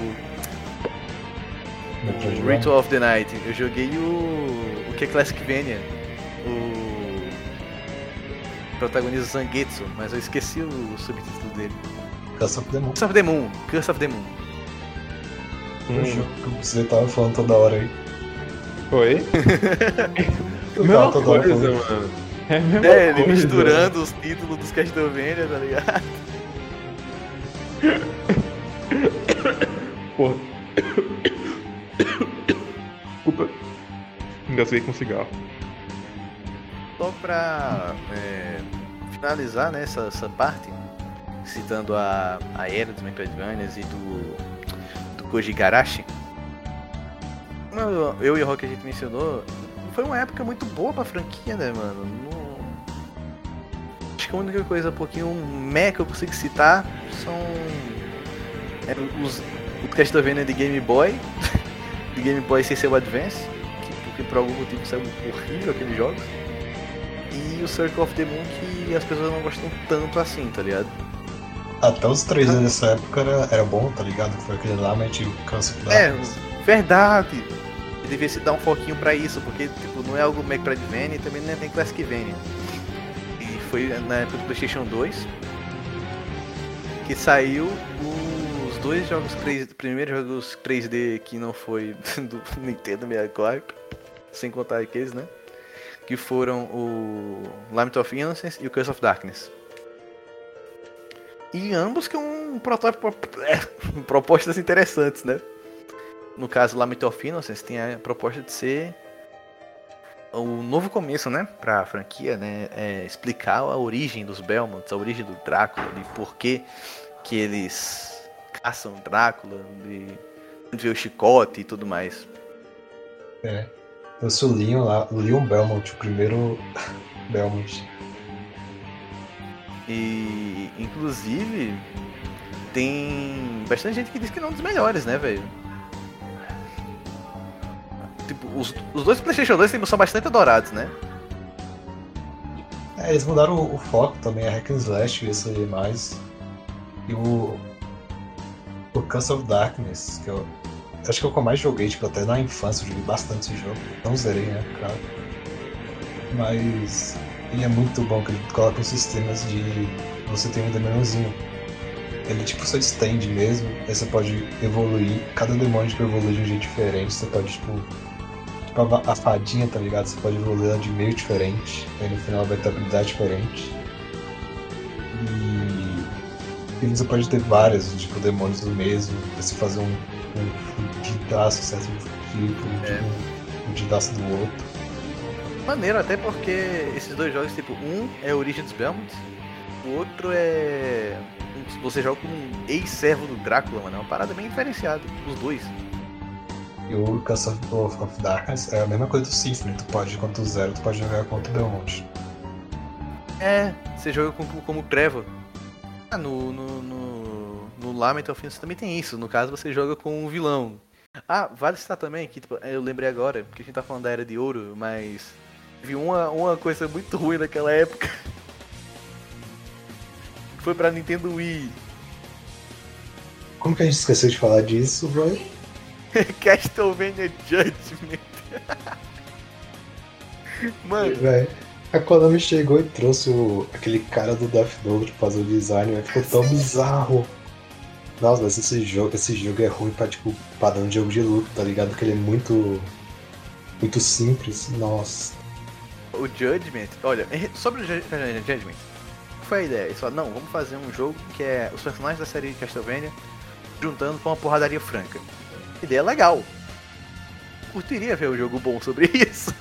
Ritual of the Night. Eu joguei o que é Classicvania. O protagonista Zangetsu, mas eu esqueci o subtítulo dele. Curse of the Moon. Curse of the Moon. O jogo que você tava falando toda hora aí. Oi? Mesma coisa, mano. É a mesma ele coisa. misturando os títulos dos Castlevania, tá ligado? Porra. Desculpa. Engasguei com cigarro. Só pra finalizar, né, essa parte, citando a era dos Metroidvanias e do Koji Igarashi. Como eu e o Rock a gente mencionou, foi uma época muito boa pra franquia, né, mano? Acho que a única coisa um pouquinho que eu consigo citar são os Castlevania de Game Boy, de Game Boy sem ser o Advance, porque por algum motivo saiu horrível aqueles jogos, e o Circle of the Moon, que as pessoas não gostam tanto assim, tá ligado? Até os 3D dessa época era bom, tá ligado? Foi aquele Lament e o Curse of Darkness. Verdade! Devia se dar um foquinho pra isso, porque tipo, não é algo Metroidvania e também não é nem Classicvania. E foi na época do PlayStation 2 que saiu os dois jogos primeiros jogos 3D que não foi do Nintendo 64, sem contar aqueles, né? Que foram o Lament of Innocence e o Curse of Darkness. E ambos com propostas interessantes, né? No caso, Lament of Innocence tem a proposta de ser o novo começo, né, pra franquia, né, explicar a origem dos Belmonts, a origem do Drácula, de por que eles caçam Drácula, de onde veio o chicote e tudo mais. Eu sou o Leon lá, o Leon Belmont, o primeiro Belmont. E, inclusive, tem bastante gente que diz que é um dos melhores, né, velho? Tipo, os dois PlayStation 2 são bastante adorados, né? Eles mudaram o foco também, a Hack and Slash, esse aí mais. E o Curse of Darkness, que eu acho que é o que eu mais joguei, tipo, até na infância eu joguei bastante esse jogo. Não zerei, né, claro. Mas ele é muito bom, que ele coloca os sistemas de você ter um demôniozinho. Ele tipo só stand mesmo, aí você pode evoluir, cada demônio tipo, evolui de um jeito diferente, você pode tipo a fadinha, tá ligado? Você pode evoluir ela de meio diferente, aí no final vai ter habilidade diferente. E você pode ter vários, tipo, demônios do mesmo, pra você fazer um fudidaço, certo? Um fudidaço do outro. Maneiro, até porque esses dois jogos, tipo, um é a origem dos Belmonts, o outro é... Você joga como um ex-servo do Drácula, mano, é uma parada bem diferenciada, os dois. E o Curse of Darkness é a mesma coisa do Symphony, tu pode, quanto zero, tu pode jogar contra o Belmont. Você joga como Trevor. No Lament of Us também tem isso. No caso, você joga com um vilão. Vale citar também que, tipo, eu lembrei agora, porque a gente tá falando da Era de Ouro, mas vi uma coisa muito ruim naquela época. Foi pra Nintendo Wii. Como que a gente esqueceu de falar disso, boy? Castlevania Judgment. Mano, Véi, a Konami chegou e trouxe aquele cara do Death Note pra fazer o design, véio. Ficou tão bizarro. Nossa, mas esse jogo é ruim pra, tipo, padrão de jogo de luta, tá ligado? Que ele é muito simples, nossa. o Judgment, olha, sobre o Judgment, qual foi a ideia? Eles falaram, não, vamos fazer um jogo que é os personagens da série Castlevania juntando pra uma porradaria franca. Ideia legal. Curtiria ver um jogo bom sobre isso.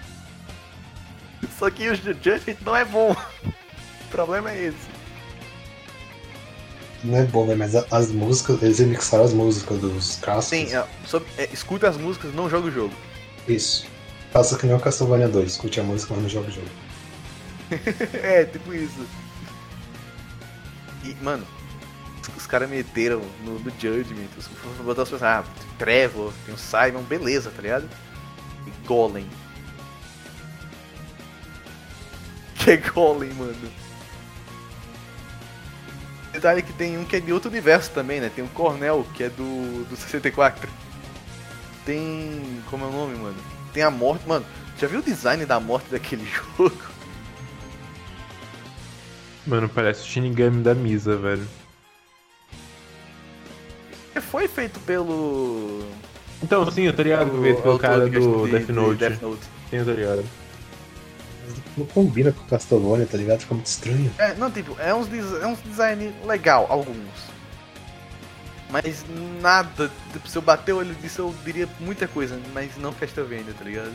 Só que o Judgment não é bom. O problema é esse. Não é bom, né? Mas as músicas, eles remixaram as músicas dos clássicos. Sim, escuta as músicas, não joga o jogo. Isso. Faça que nem o Castlevania 2, escute a música, mas não joga o jogo. É, tipo isso. E, mano, os caras meteram no Judgment, botar as pessoas, Trevor, tem o Simon, beleza, tá ligado? E Golem. Que é Golem, mano. Detalhe que tem um que é de outro universo também, né? Tem o Cornell, que é do 64. Tem... como é o nome, mano? Tem a morte... Mano, já viu o design da morte daquele jogo? Mano, parece o Shinigami da Misa, velho. Foi feito pelo... Então, sim, eu tô ligado que veio pelo cara do Death Note. Sim, eu tô ligado. Não combina com o Castlevania, tá ligado? Fica muito estranho. Não, tipo, é uns design legal, alguns. Mas nada, tipo, se eu bater o olho disso eu diria muita coisa, mas não Castlevania, tá ligado?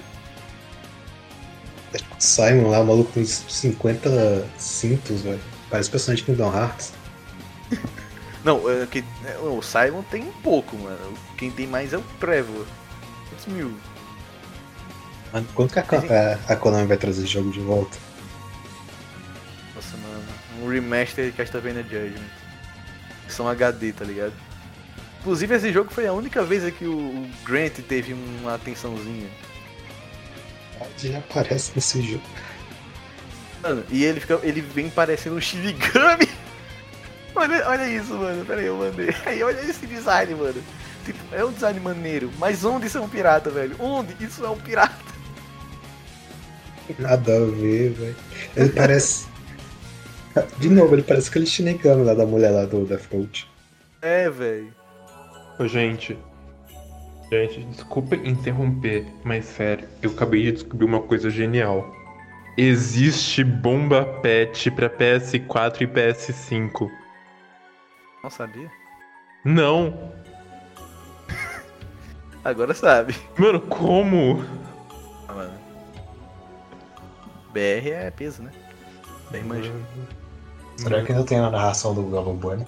É tipo Simon lá, o maluco com 50 cintos, velho. Parece personagem de Kingdom Hearts. Não, o Simon tem um pouco, mano. Quem tem mais é o Trevor. 500.000. Mano, quando que a Konami vai trazer esse jogo de volta? Nossa, mano. Um remaster de Castlevania Judgment. São HD, tá ligado? Inclusive esse jogo foi a única vez que o Grant teve uma atençãozinha. Já aparece nesse jogo. Mano, e ele vem parecendo um Shinigami. Olha isso, mano. Pera aí, eu mandei. Aí, olha esse design, mano. Tipo, é um design maneiro. Mas onde isso é um pirata, velho? Onde isso é um pirata? Nada a ver, velho. Ele parece... De novo, ele parece aquele Shinigami lá da mulher lá do Death Note. É, velho. Ô, gente, desculpa interromper, mas sério, eu acabei de descobrir uma coisa genial. Existe bomba pet pra PS4 e PS5. Não sabia? Não! Agora sabe. Mano, como? Mano. BR é peso, né? Bem manja. Será que ainda tem a narração do Galvão Bueno?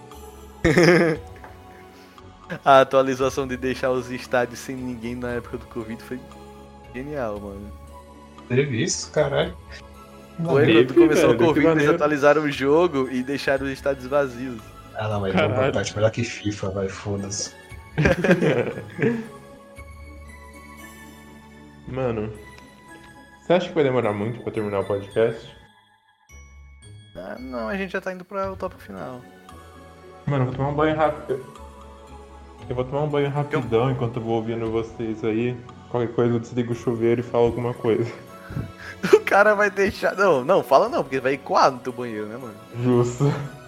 A atualização de deixar os estádios sem ninguém na época do Covid foi genial, mano. Teve isso, caralho. Foi quando começou o Covid, eles atualizaram o jogo e deixaram os estádios vazios. Ah não, mas bomba pet melhor que FIFA, vai, foda-se. Mano, você acha que vai demorar muito pra terminar o podcast? Não, a gente já tá indo para o tópico final. Mano, eu vou tomar um banho rápido. Eu vou tomar um banho rapidão enquanto eu vou ouvindo vocês aí. Qualquer coisa eu desligo o chuveiro e falo alguma coisa. O cara vai deixar... Não, fala não, porque vai ecoar no teu banheiro, né, mano? Justo.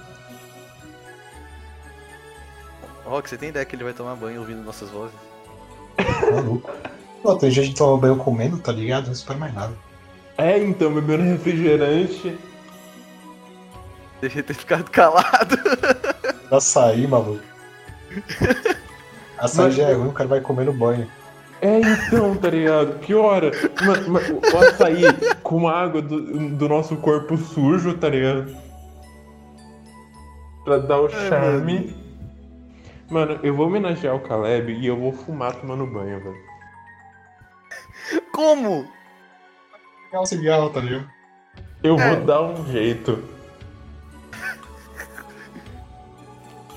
Rock, você tem ideia que ele vai tomar banho ouvindo nossas vozes? Maluco. Pô, tem gente que toma banho comendo, tá ligado? Não espera mais nada. É, então, bebendo refrigerante. Deixa ele ter ficado calado. Açaí, maluco. Açaí já é ruim, o cara vai comer no banho. É, então, tá ligado? Piora. O açaí com a água do nosso corpo sujo, tá ligado? Pra dar o charme. Mano, eu vou homenagear o Caleb e eu vou fumar tomando banho, velho. Como? É um cigarro, tá ligado? Eu vou dar um jeito.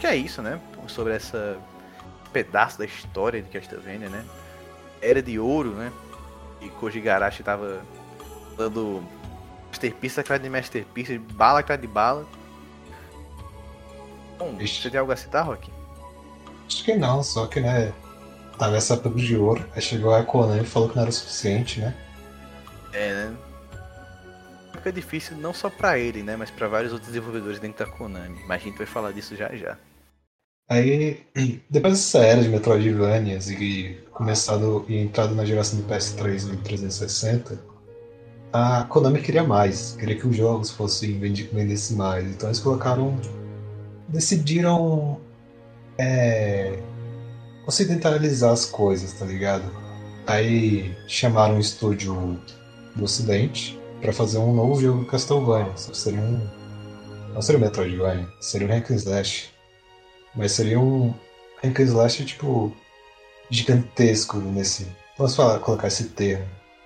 é isso, né? Sobre essa pedaço da história de Castlevania, né? Era de ouro, né? E Koji Igarashi tava dando masterpiece atrás de masterpiece, bala atrás de bala. Bom, você tem algo a citar, Rock? Acho que não, só que, né, tava essa época de ouro, aí chegou a Konami e falou que não era o suficiente, né? Né? Fica difícil não só pra ele, né? Mas pra vários outros desenvolvedores dentro da Konami. Mas a gente vai falar disso já já. Aí, depois dessa era de Metroidvanias e começado e entrado na geração do PS3 e do 360, a Konami queria mais, queria que os jogos vendessem mais. Então eles decidiram ocidentalizar as coisas, tá ligado? Aí chamaram um estúdio do Ocidente pra fazer um novo jogo do Castlevania. Não seria um Metroidvania, seria um hack and slash. Mas seria um hack and slash, tipo, gigantesco nesse... Vamos colocar esse termo.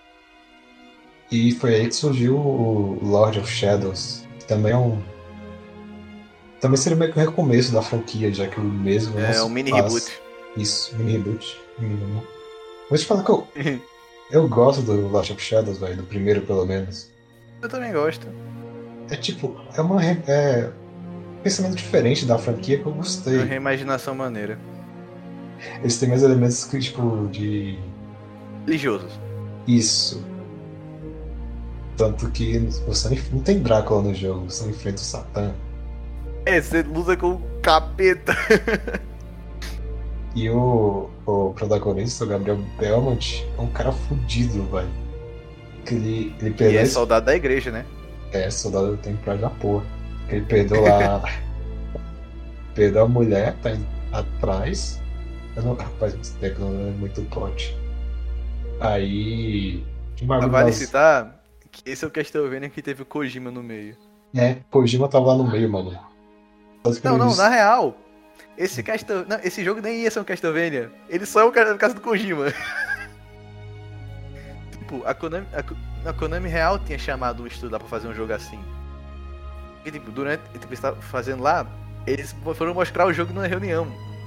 E foi aí que surgiu o Lord of Shadows, que também também seria meio que um recomeço da franquia, já que o mesmo... um mini reboot. Isso, mini reboot. Vou te falar que eu gosto do Lord of Shadows, velho, do primeiro pelo menos. Eu também gosto. É tipo, um pensamento diferente da franquia que eu gostei. Uma reimaginação maneira. Eles têm mais elementos que, tipo, de... religiosos. Isso. Tanto que você não tem Drácula no jogo, você enfrenta o Satã. Você luta com o capeta. E o protagonista, o Gabriel Belmont, é um cara fudido, velho. Ele perdeu. E é soldado da igreja, né? É, soldado temporário da porra. Ele perdeu lá. Perdeu a mulher, tá atrás. Rapaz, esse tempo não é muito plot. Aí. Vale citar que esse é o Castlevania que teve o Kojima no meio. Kojima tava lá no meio, mano. Não, na real. Esse jogo nem ia ser um Castlevania. Ele só é o caso do Kojima. Tipo, a Konami real tinha chamado um estúdio lá pra fazer um jogo assim. E tipo, eles estavam fazendo lá, eles foram mostrar o jogo numa reunião.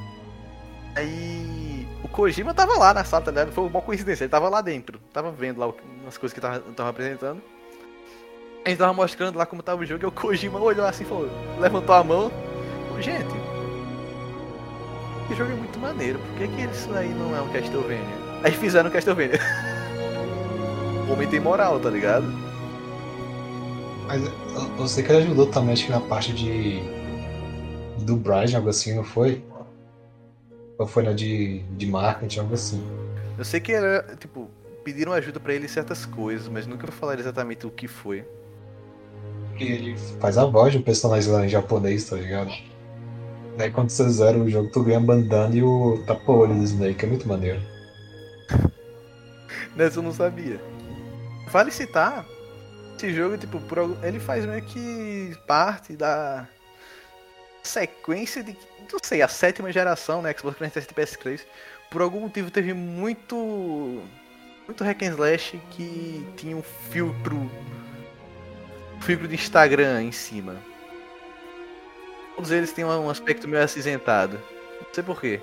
Aí o Kojima tava lá na sala, tá ligado? Foi uma coincidência, ele tava lá dentro. Tava vendo lá umas coisas que tava apresentando. A gente tava mostrando lá como tava o jogo e o Kojima olhou assim e falou, levantou a mão. Gente, esse jogo é muito maneiro, por que isso aí não é um Castlevania? Aí fizeram um Castlevania. O homem tem moral, tá ligado? Mas eu sei que ele ajudou também, acho que na parte do Brian, algo assim, não foi? Ou foi na de marketing, algo assim? Eu sei que era, tipo, pediram ajuda pra ele em certas coisas, mas nunca falaram exatamente o que foi. Porque ele faz a voz de um personagem lá em japonês, tá ligado? Aí quando você zera o jogo, tu ganha a bandana e o tapa-olho do Snake, é muito maneiro. Nessa eu não sabia. Vale citar, esse jogo, tipo, ele faz meio que parte da sequência de, não sei, a 7ª geração, né, Xbox 360 e PS3. Por algum motivo teve muito hack and slash que tinha um filtro de Instagram em cima. Todos eles têm um aspecto meio acinzentado. Não sei porquê.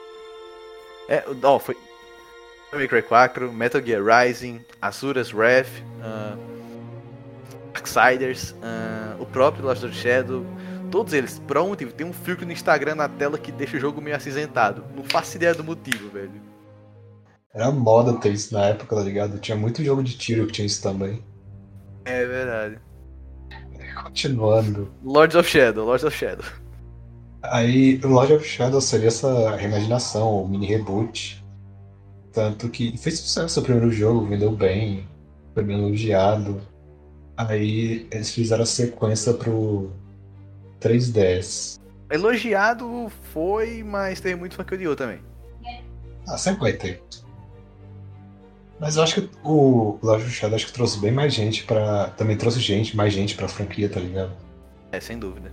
Foi Devil May Cry 4, Metal Gear Rising, Asura's Wrath, Darksiders, o próprio Lost of Shadow. Todos eles, por algum motivo, tem um filtro no Instagram na tela que deixa o jogo meio acinzentado. Não faço ideia do motivo, velho. Era moda ter isso na época, tá ligado? Tinha muito jogo de tiro que tinha isso também. É verdade. Continuando. Lords of Shadow. Aí, o Lord of Shadow seria essa reimaginação, o mini reboot. Tanto que fez sucesso o primeiro jogo, vendeu bem, foi bem elogiado. Aí eles fizeram a sequência pro 3DS. Elogiado foi, mas teve muito fã que odiou também. Sempre vai ter. Mas eu acho que o Lord of Shadow trouxe bem mais gente pra... Também trouxe mais gente pra franquia, tá ligado? Sem dúvida.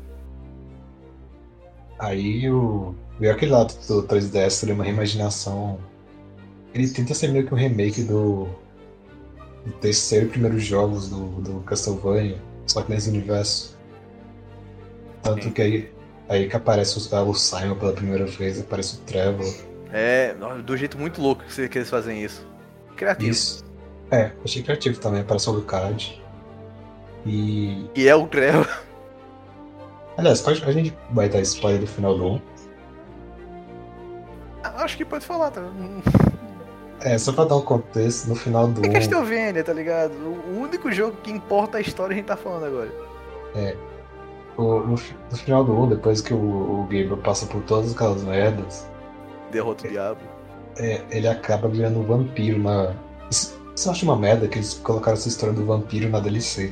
Aí veio aquele lado do 3DS, seria uma reimaginação. Ele tenta ser meio que um remake do terceiro e primeiro jogos do Castlevania, só que nesse universo. Tanto que aí Aí que aparece o Simon pela primeira vez, aparece o Trevor. Do jeito muito louco que eles fazem isso. Criativo. Isso. Achei criativo também, aparece o Lucard. E é o Trevor. Aliás, a gente vai dar spoiler do final do 1. Acho que pode falar, tá? Só pra dar um contexto, no final do 1... É Castlevania, tá ligado? O único jogo que importa a história a gente tá falando agora. No final do 1, depois que o Gabriel passa por todas aquelas merdas... Derrota o diabo. Ele acaba virando um vampiro na... Isso eu acho uma merda que eles colocaram essa história do vampiro na DLC.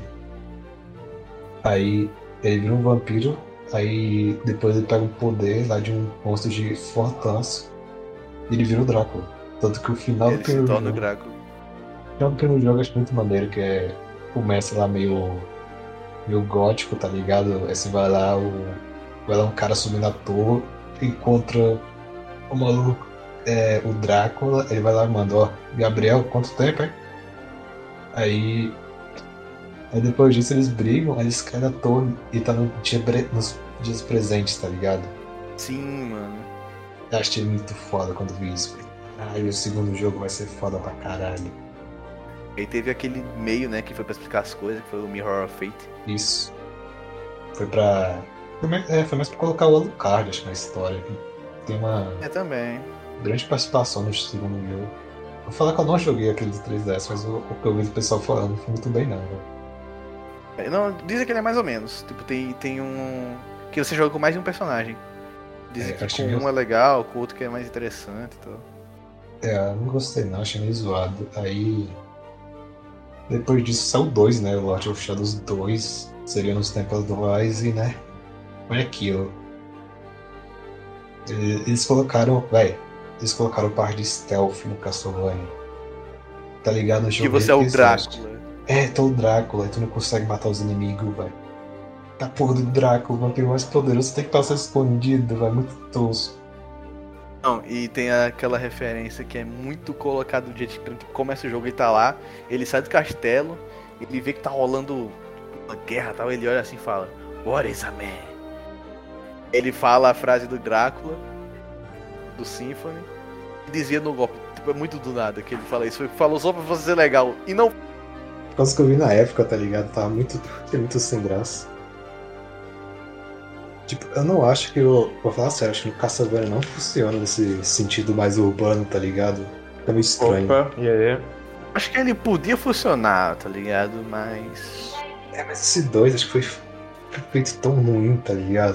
Aí ele vira um vampiro, aí depois ele pega um poder lá de um monstro de Fortance e ele vira o Drácula. Tanto que o final do primeiro jogo... O final do primeiro jogo eu acho muito maneiro, que começa lá meio gótico, tá ligado? Aí você vai lá um cara subindo a torre, encontra o maluco, o Drácula, ele vai lá e manda, ó, Gabriel, quanto tempo, hein? Aí depois disso eles brigam, aí eles caem da torre e tá nos dias presentes, tá ligado? Sim, mano. Eu achei muito foda quando vi isso. O segundo jogo vai ser foda pra caralho. Aí teve aquele meio, né, que foi pra explicar as coisas, que foi o Mirror of Fate. Isso. Foi mais pra colocar o Alucard, acho, na história. Tem uma também. grande participação no segundo jogo. Vou falar que eu não joguei aquele do 3DS, mas o que eu vi o pessoal falando não foi muito bem, não, velho. Não, dizem que ele é mais ou menos. Tipo, tem um... que você joga com mais de um personagem. Dizem que com um é legal, com o outro que é mais interessante e tal. Eu não gostei não, achei meio zoado. Aí... depois disso saiu o 2, né? O Lord of Shadows 2. Seria nos tempos do Rise, né? Olha aquilo. Eles colocaram... Eles colocaram parte de stealth no Castlevania. Tá ligado? No jogo que você é o Drácula. Tá o Drácula, e tu não consegue matar os inimigos, velho. Tá porra do Drácula, o vampiro mais poderoso, tem que passar escondido, velho. Muito tosco. Não, e tem aquela referência que é muito colocado do jeito que começa o jogo, ele tá lá, ele sai do castelo, ele vê que tá rolando uma guerra e tal, ele olha assim e fala, What is a man? Ele fala a frase do Drácula, do Symphony, e dizia no golpe, tipo, é muito do nada que ele fala isso, falou só pra você ser legal, e não... Por causa que eu vi na época, tá ligado? Tava muito sem graça. Tipo, eu não acho que vou falar sério, acho que o Castlevania não funciona nesse sentido mais urbano, tá ligado? Fica meio estranho. Opa, e aí? Acho que ele podia funcionar, tá ligado? Mas... mas esse 2 acho que foi feito tão ruim, tá ligado?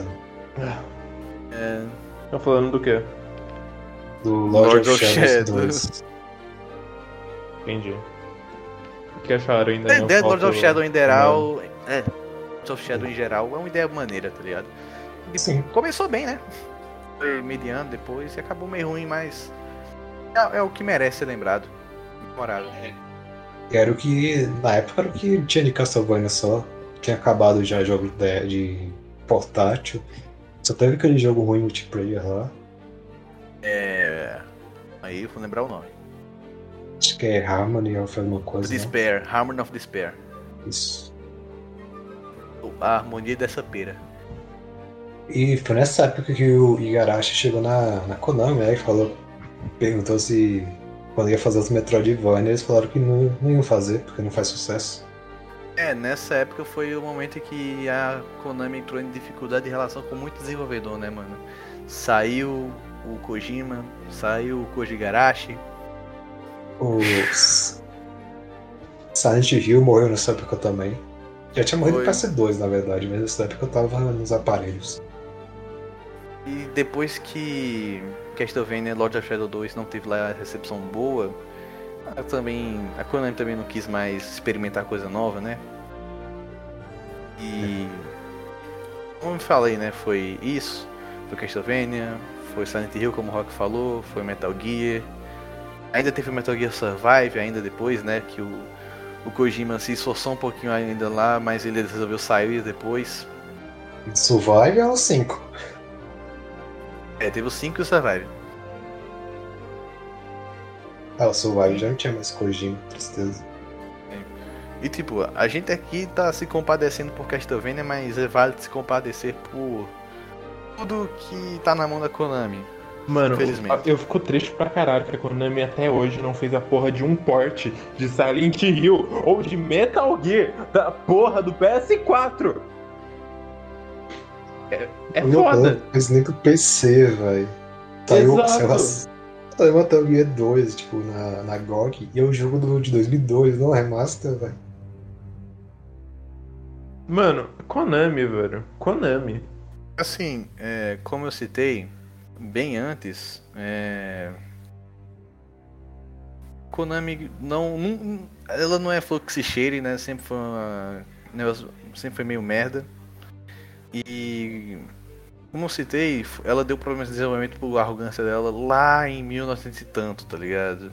Tá falando do quê? Do Lord of Shadows 2. Entendi. O que acharam ainda? A ideia do Lord of Shadow em geral... Lord of Shadow em geral é uma ideia maneira, tá ligado? Sim. Começou bem, né? Foi mediano depois e acabou meio ruim, mas... É o que merece ser lembrado. Memorável. Era o que... Na época era o que tinha de Castlevania só. Tinha acabado já jogo de portátil. Só teve aquele jogo ruim multiplayer lá. Aí eu vou lembrar o nome. Acho que é Harmony of alguma coisa. Despair, né? Harmony of Despair. Isso. A harmonia dessa pera. E foi nessa época que o Igarashi chegou na Konami, né? E perguntou se quando ia fazer os Metroidvania, eles falaram que não iam fazer, porque não faz sucesso. Nessa época foi o momento em que a Konami entrou em dificuldade em relação com muito desenvolvedor, né, mano? Saiu o Kojima, saiu o Koji Igarashi. O Silent Hill morreu nessa época também. Já tinha morrido no PS2, na verdade, mas nessa época eu tava nos aparelhos. E depois que Castlevania Lord of Shadow 2 não teve lá a recepção boa, a Konami também não quis mais experimentar coisa nova, né? E... como eu falei, né? Foi isso, foi Castlevania, foi Silent Hill, como o Rock falou, foi Metal Gear. Ainda teve o Metal Gear Survive, ainda depois, né? Que o Kojima se esforçou um pouquinho ainda lá, mas ele resolveu sair depois. Survive é o 5. Teve o 5 e o Survive. O Survive já não tinha mais Kojima, tristeza. E tipo, a gente aqui tá se compadecendo por Castlevania, mas é válido se compadecer por tudo que tá na mão da Konami. Mano, infelizmente. eu fico triste pra caralho que a Konami até hoje não fez a porra de um port de Silent Hill ou de Metal Gear da porra do PS4. É foda. Mas nem pro PC, velho. Saiu, Exato. saiu Metal Gear 2, tipo, na GOG, e é um jogo de 2002, não é remaster, velho. Mano, Konami, velho. Konami. Assim, como eu citei bem antes, Konami ela não é flor que se cheire, né? Sempre foi sempre foi meio merda. E como eu citei, ela deu problemas de desenvolvimento por arrogância dela lá em 1900 e tanto, tá ligado?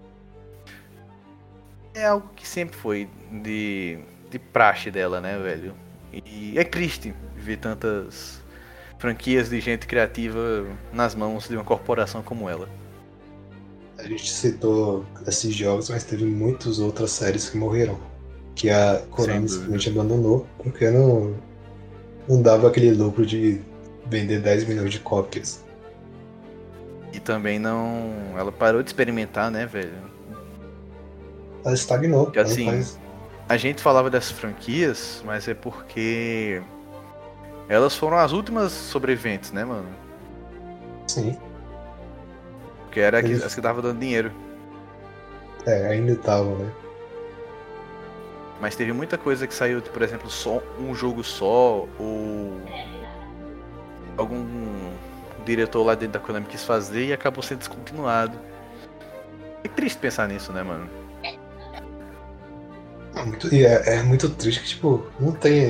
É algo que sempre foi de praxe dela, né, velho? E é triste ver tantas franquias de gente criativa nas mãos de uma corporação como ela. A gente citou esses jogos, mas teve muitas outras séries que morreram. Que a Konami simplesmente abandonou, porque não dava aquele lucro de vender 10 milhões de cópias. E também ela parou de experimentar, né, velho? Ela estagnou. Porque, assim, a gente falava dessas franquias, mas é porque elas foram as últimas sobreviventes, né, mano? Sim. Porque era as que estavam dando dinheiro. Ainda estavam, né? Mas teve muita coisa que saiu, por exemplo, só um jogo só, ou algum diretor lá dentro da Konami quis fazer e acabou sendo descontinuado. É triste pensar nisso, né, mano? É muito triste que, tipo, não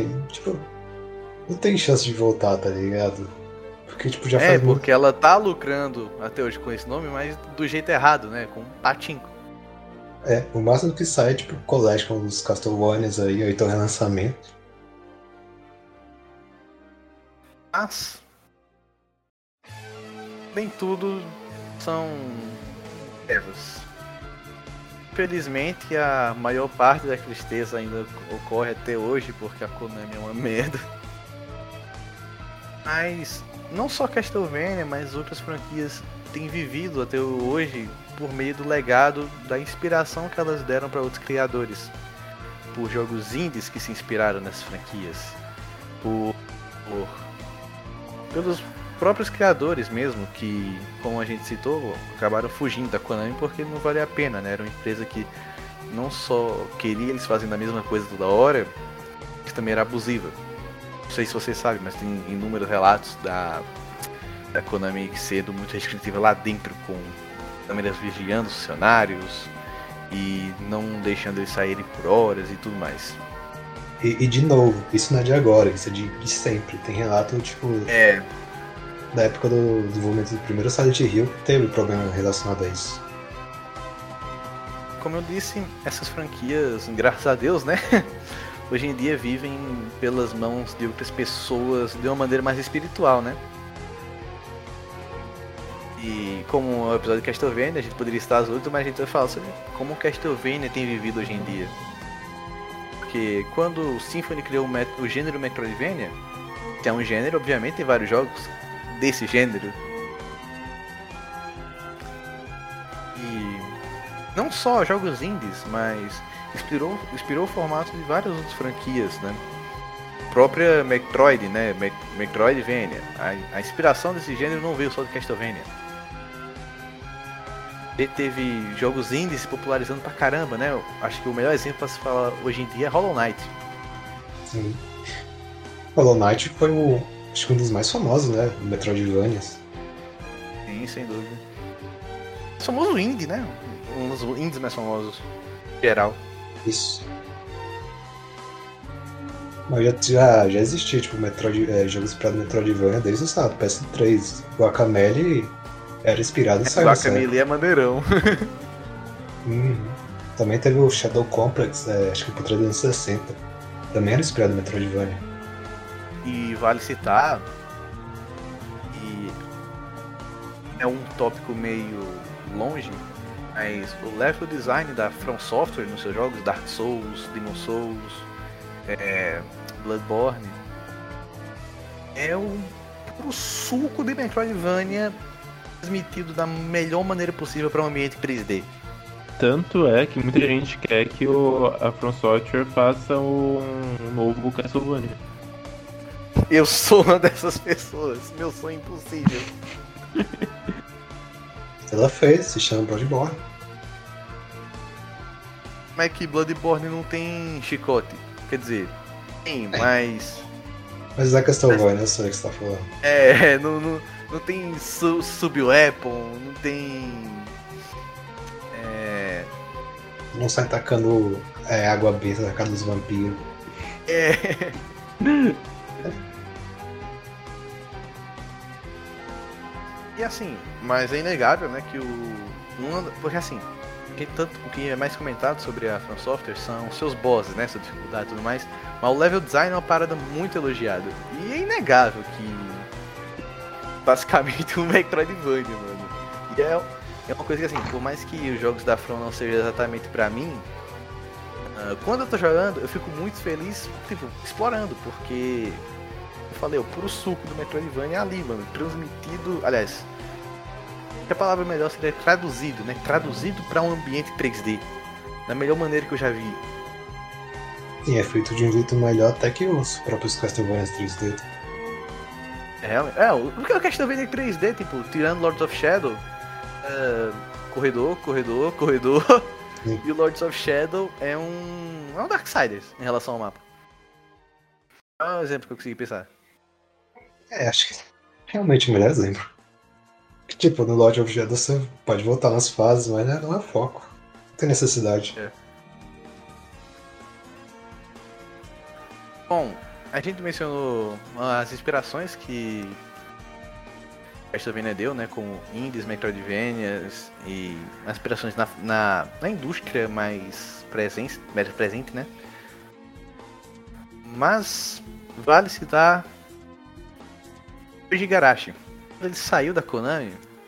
tem chance de voltar, tá ligado? Porque, tipo, já faz porque ela tá lucrando até hoje com esse nome, mas do jeito errado, né? Com patinco. O máximo que sai é, tipo, Collection dos Castlevanias aí, ou então relançamento. Mas nem tudo são erros. Infelizmente, a maior parte da tristeza ainda ocorre até hoje, porque a Konami é uma merda. Mas não só Castlevania, mas outras franquias têm vivido até hoje por meio do legado da inspiração que elas deram para outros criadores. Por jogos indies que se inspiraram nessas franquias. Pelos próprios criadores mesmo, que, como a gente citou, acabaram fugindo da Konami porque não valia a pena, né? Era uma empresa que não só queria eles fazendo a mesma coisa toda hora, mas também era abusiva. Não sei se vocês sabem, mas tem inúmeros relatos da Konami sendo muito restritiva lá dentro, com câmeras vigiando os funcionários e não deixando eles saírem por horas e tudo mais. E de novo, isso não é de agora, isso é de sempre. Tem relato, tipo, da época do desenvolvimento do primeiro Silent Hill, teve problema relacionado a isso. Como eu disse, essas franquias, graças a Deus, né? Hoje em dia vivem pelas mãos de outras pessoas de uma maneira mais espiritual, né? E como o episódio de Castlevania, a gente poderia estar as outras, mas a gente vai falar sobre como o Castlevania tem vivido hoje em dia. Porque quando o Symphony criou o gênero Metroidvania, que é um gênero, obviamente tem vários jogos desse gênero. E não só jogos indies, mas inspirou o formato de várias outras franquias, né? A própria Metroid, né? Metroidvania. A inspiração desse gênero não veio só de Castlevania. Ele teve jogos indies se popularizando pra caramba, né? Eu acho que o melhor exemplo pra se falar hoje em dia é Hollow Knight. Sim. Hollow Knight foi acho que um dos mais famosos, né? Metroidvanias. Sim, sem dúvida. O famoso indie, né? Um dos indies mais famosos em geral. Isso. Mas já existia, tipo, jogos inspirados no Metroidvania desde o PS3. O Guacamelee era inspirado em Silent Hill. Guacamelee é maneirão. Também teve o Shadow Complex, acho que pro 360. Também era inspirado no Metroidvania. E vale citar, e é um tópico meio longe, mas o level design da From Software nos seus jogos, Dark Souls, Demon Souls, Bloodborne, é o o suco de Metroidvania transmitido da melhor maneira possível para um ambiente 3D. Tanto é que muita gente quer que a From Software faça um novo Castlevania. Eu sou uma dessas pessoas. Meu sonho impossível. Ela fez, se chama Bloodborne. Como é que Bloodborne não tem chicote? Quer dizer, tem, mas... Mas é Castlevania, eu sei o que você tá falando. Não tem sub-weapon, não tem... Não sai tacando água benta na cara dos vampiros. E assim, mas é inegável, né, que porque assim, o que é mais comentado sobre a From Software são os seus bosses, né, sua dificuldade e tudo mais, mas o level design é uma parada muito elogiada. E é inegável que basicamente um Metroidvania, mano. E é uma coisa que assim, por mais que os jogos da From não sejam exatamente pra mim, quando eu tô jogando, eu fico muito feliz, tipo, explorando, porque eu falei, o puro suco do Metroidvania é ali, mano, transmitido, aliás, a palavra melhor seria traduzido, né? Traduzido pra um ambiente 3D, da melhor maneira que eu já vi. E é feito de um jeito melhor até que os próprios Castlevania 3D. O Castlevania 3D, tipo, tirando Lords of Shadow, corredor. Sim. E o Lords of Shadow é um Darksiders em relação ao mapa. É um exemplo que eu consegui pensar. Acho que realmente o melhor exemplo. Que, tipo, no Lord of Shadow você pode voltar nas fases, mas não é foco. Não tem necessidade. Bom, a gente mencionou as inspirações que Castlevania deu, né, com indies, Metroidvanias e inspirações na indústria mais presente, né? Mas vale citar o Igarashi. Quando ele saiu da Konami,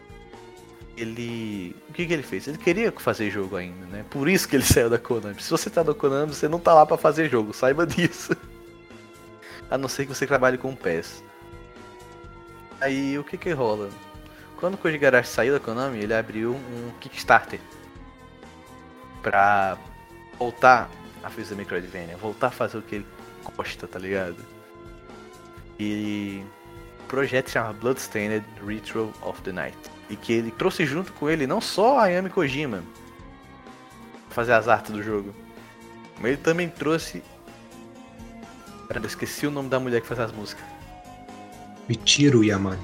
o que ele fez? Ele queria fazer jogo ainda, né? Por isso que ele saiu da Konami. Se você tá da Konami, você não tá lá pra fazer jogo, saiba disso. A não ser que você trabalhe com PES. Aí o que rola? Quando o Koji Igarashi saiu da Konami, ele abriu um Kickstarter pra voltar a fazer Metroidvania, voltar a fazer o que ele gosta, tá ligado? E o projeto se chama Bloodstained Ritual of the Night. E que ele trouxe junto com ele não só a Ayami Kojima pra fazer as artes do jogo, mas ele também trouxe... Eu esqueci o nome da mulher que faz as músicas. Michiru Yamane.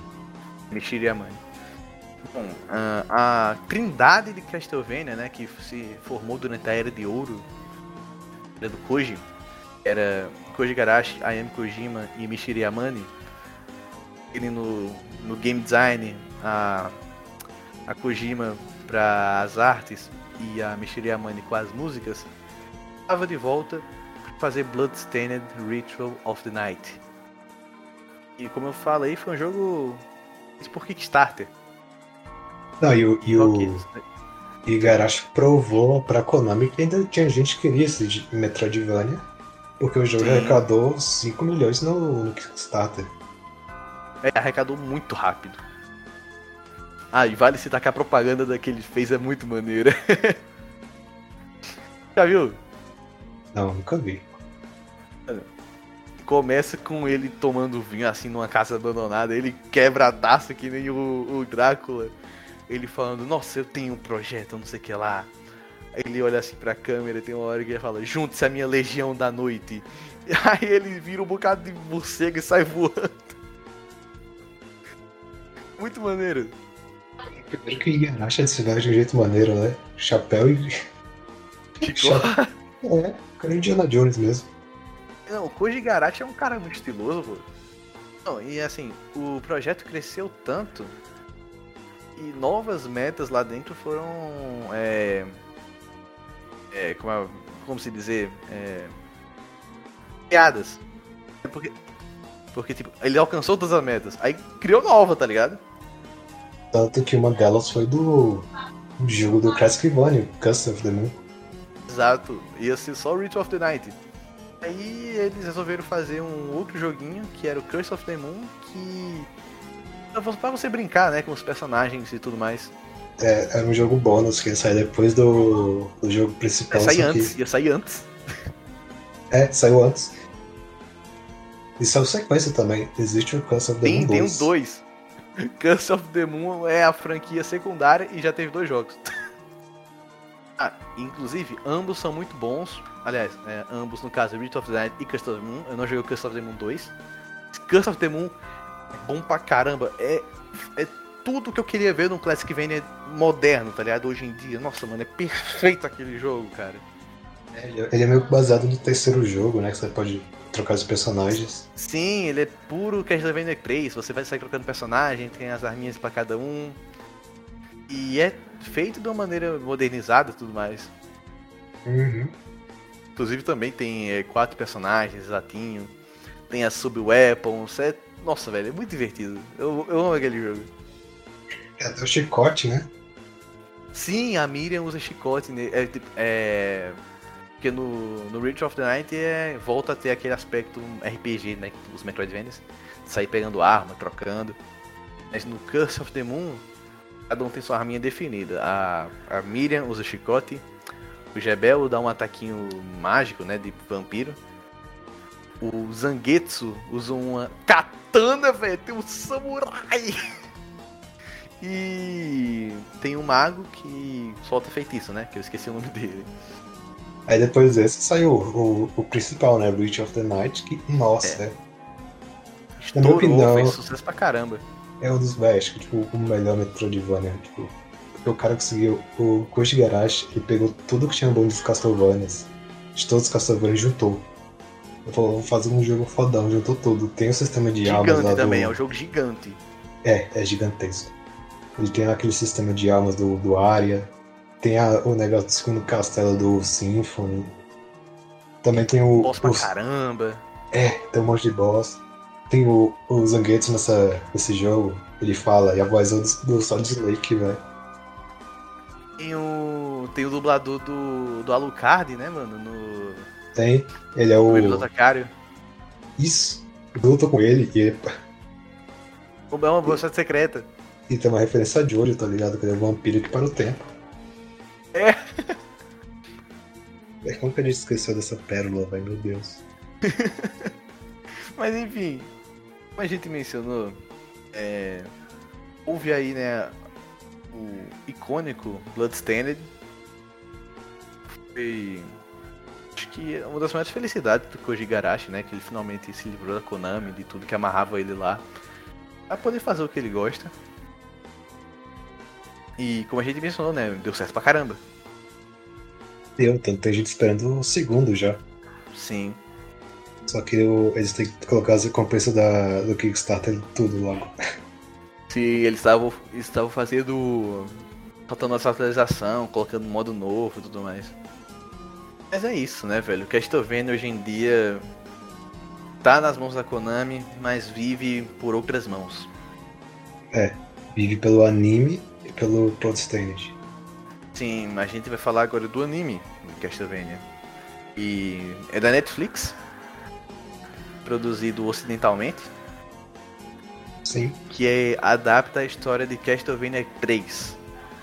Bom, a trindade de Castlevania, né, que se formou durante a Era de Ouro, era do Koji, era Koji Igarashi, Ayami Kojima e Michiru Yamane. Ele no game design, a Kojima para as artes e a Michiru Yamane com as músicas, estava de volta para fazer Bloodstained Ritual of the Night. E como eu falei, foi um jogo por Kickstarter. Não, e o Igarashi provou pra Konami que ainda tinha gente que queria esse Metroidvania, porque o jogo arrecadou 5 milhões no Kickstarter. Arrecadou muito rápido. E vale citar que a propaganda que ele fez é muito maneira. Já viu? Não, nunca vi. Começa com ele tomando vinho assim numa casa abandonada, ele quebra a taça que nem o Drácula. Ele falando, nossa, eu tenho um projeto, não sei o que lá. Aí ele olha assim pra câmera, tem uma hora que ele fala, junte-se a minha legião da noite. E aí ele vira um bocado de morcego e sai voando. Muito maneiro. Primeiro que o Igarashi se veste de um jeito maneiro, né? Chapéu e... cara Indiana Jones mesmo. Não, o Koji Igarashi é um cara muito estiloso, pô. Não, e assim, o projeto cresceu tanto e novas metas lá dentro foram como se dizer, criadas. Porque tipo, ele alcançou todas as metas, aí criou nova, tá ligado? Tanto que uma delas foi do jogo do Castlevania, Curse of the Moon. Exato, ia ser só Ritual of the Night. Aí eles resolveram fazer um outro joguinho, que era o Curse of the Moon, que Pra você brincar, né, com os personagens e tudo mais. Era um jogo bônus que ia sair depois do jogo principal. Ia sair antes. Saiu antes. E saiu sequência também. Existe o Curse of the Moon 2. Tem um 2. Curse of the Moon é a franquia secundária e já teve 2 jogos. Inclusive, ambos são muito bons. Aliás, ambos no caso, Rift of the Night e Curse of the Moon. Eu não joguei o Curse of the Moon 2. Curse of the Moon é bom pra caramba. É tudo que eu queria ver num Classicvania moderno, tá ligado? Hoje em dia. Nossa, mano, é perfeito aquele jogo, cara. Ele é meio baseado no terceiro jogo, né? Que você pode trocar os personagens. Sim, ele é puro Castlevania 3. Você vai sair trocando personagem, tem as arminhas pra cada um. E é feito de uma maneira modernizada e tudo mais. Uhum. Inclusive também tem 4 personagens, exatinho. Tem as sub-weapons. Nossa, velho, é muito divertido. Eu amo aquele jogo. Até o chicote, né? Sim, a Miriam usa chicote. Porque no Rift of the Night volta a ter aquele aspecto RPG, né? Os Metroidvanias. Sair pegando arma, trocando. Mas no Curse of the Moon, cada um tem sua arminha definida. A Miriam usa chicote. O Gebel dá um ataquinho mágico, né? De vampiro. O Zangetsu usa uma katana, velho. Tem um samurai. E tem um mago que solta feitiço, né? Que eu esqueci o nome dele. Aí depois desse saiu o principal, né? Breach of the Night, que, nossa, na minha opinião, fez sucesso pra caramba. É um dos mais, tipo, o melhor Metroidvania, tipo, porque o cara conseguiu, o Koji Garashi, ele pegou tudo que tinha bom dos Castlevanias, de todos os Castlevanias, juntou. Eu falei, vou fazer um jogo fodão, juntou tudo. Tem o sistema de almas lá Gigante também, é um jogo gigante. É gigantesco. Ele tem aquele sistema de almas do Arya. Tem o negócio do segundo castelo do Symphony. Também tem o... Boss pra caramba. Tem um monte de boss. Tem o Zangetsu nesse jogo. Ele fala, e a voz do Solid Snake, velho. Tem o dublador do Alucard, né, mano? Tem. Ele é o... Bibliotecário. Isso. Luta com ele e ele... É uma bolsa secreta. E tem uma referência a Jojo, tá ligado? Que ele é um vampiro que para o tempo. Como que a gente esqueceu dessa pérola, velho? Meu Deus. Mas enfim, como a gente mencionou, houve aí, né, o icônico Bloodstained. Foi, acho que uma das maiores felicidades do Koji Garashi, né? Que ele finalmente se livrou da Konami, de tudo que amarrava ele lá, pra poder fazer o que ele gosta. E como a gente mencionou, né, deu certo pra caramba. Tem gente esperando o segundo já. Sim. Só que eles têm que colocar as recompensas do Kickstarter tudo logo. Sim, eles estavam fazendo... faltando essa atualização, colocando modo novo e tudo mais. Mas é isso, né, velho? O Castlevania hoje em dia tá nas mãos da Konami, mas vive por outras mãos. Vive pelo anime e pelo Bloodstained. Sim, a gente vai falar agora do anime do Castlevania. E é da Netflix, produzido ocidentalmente. Sim. Que adapta a história de Castlevania 3.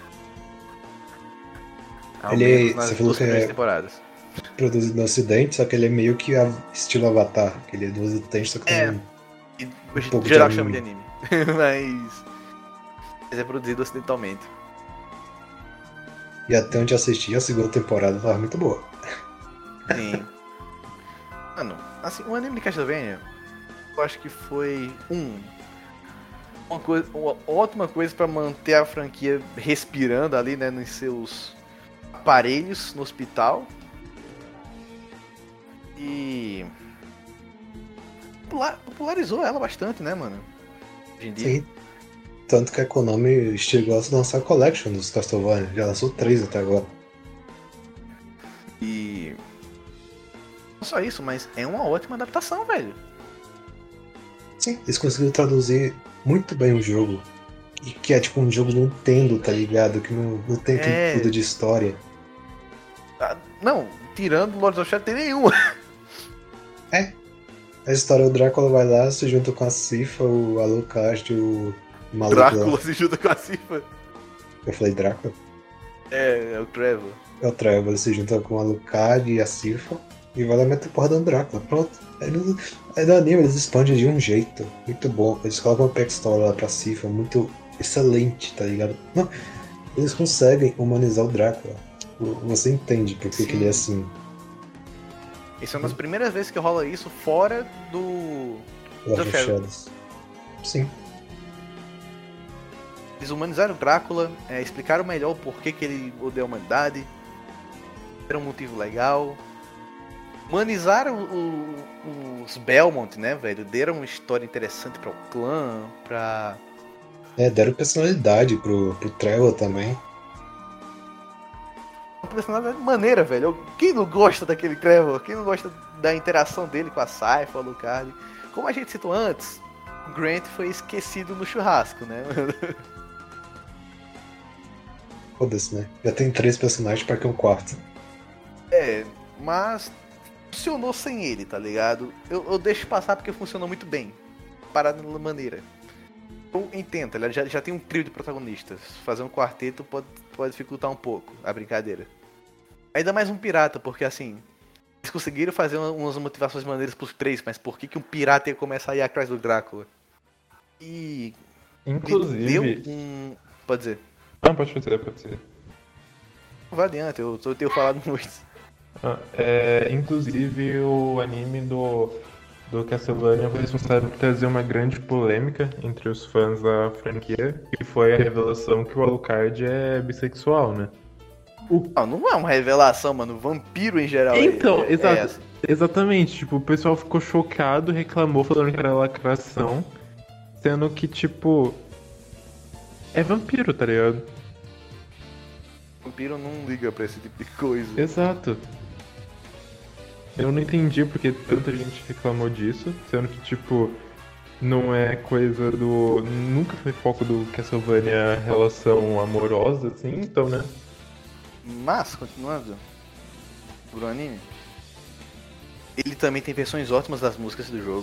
Ao menos nas duas primeiras temporadas. Produzido no ocidente, só que ele é meio que estilo Avatar. Que ele é do ocidente, só que tem um pouco geral de chama de anime. Mas é produzido ocidentalmente. E até onde eu assisti, a segunda temporada tava muito boa. Sim. Mano, assim, o anime de Castlevania, eu acho que foi uma ótima coisa pra manter a franquia respirando ali, né, nos seus aparelhos no hospital. E popularizou ela bastante, né, mano? Hoje em dia. Sim. Tanto que a Konami chegou a lançar a Collection dos Castlevania. Já lançou 3 até agora. E não só isso, mas é uma ótima adaptação, velho. Sim, eles conseguiram traduzir muito bem o jogo. E que é tipo um jogo Nintendo, tá ligado? Que não tem tudo de história. Não, tirando o Lords of Shadow, tem nenhuma. A história, o Drácula vai lá, se junta com a Sypha, o Alucard, Drácula se junta com a Sypha. Eu falei Drácula? É o Trevor. É o Trevor, ele se junta com a Alucard e a Sypha e vai lá meter porra no Drácula. Pronto. Aí no anime eles expandem de um jeito muito bom. Eles colocam uma backstory lá pra Sypha muito excelente, tá ligado? Não, eles conseguem humanizar o Drácula. Você entende por que ele é assim. Isso é uma das primeiras vezes que rola isso fora do Lord of Shadows. Sim. Eles humanizaram o Drácula, explicaram melhor o porquê que ele odeia a humanidade. Era um motivo legal. Humanizaram os Belmont, né, velho? Deram uma história interessante para o clã, pra... Deram personalidade pro Trevor também. Uma personalidade maneira, velho. Quem não gosta daquele Trevor? Quem não gosta da interação dele com a Sypha, a Alucard? Como a gente citou antes, o Grant foi esquecido no churrasco, né? Foda-se, né? Já tem 3 personagens pra que um quarto. Mas funcionou sem ele, tá ligado? Eu deixo passar porque funcionou muito bem. Parada de maneira. Eu entendo, tá ligado? Já tem um trio de protagonistas. Fazer um quarteto pode dificultar um pouco a brincadeira. Ainda mais um pirata, porque assim... Eles conseguiram fazer umas motivações maneiras pros 3, mas por que um pirata ia começar a ir atrás do Drácula? E... Inclusive... Pode dizer. Não, pode ser. Vai adiante, eu tenho falado muito. Inclusive o anime do Castlevania foi responsável por trazer uma grande polêmica entre os fãs da franquia, que foi a revelação que o Alucard é bissexual, né? Não é uma revelação, mano. Vampiro em geral então, assim. Exatamente. Tipo, o pessoal ficou chocado, reclamou, falando que era lacração, sendo que, tipo... É vampiro, tá ligado? Vampiro não liga pra esse tipo de coisa. Exato. Eu não entendi porque tanta gente reclamou disso, sendo que, tipo, não é coisa do... Nunca foi foco do Castlevania relação amorosa, assim, então, né? Mas, continuando pro anime, ele também tem versões ótimas das músicas do jogo.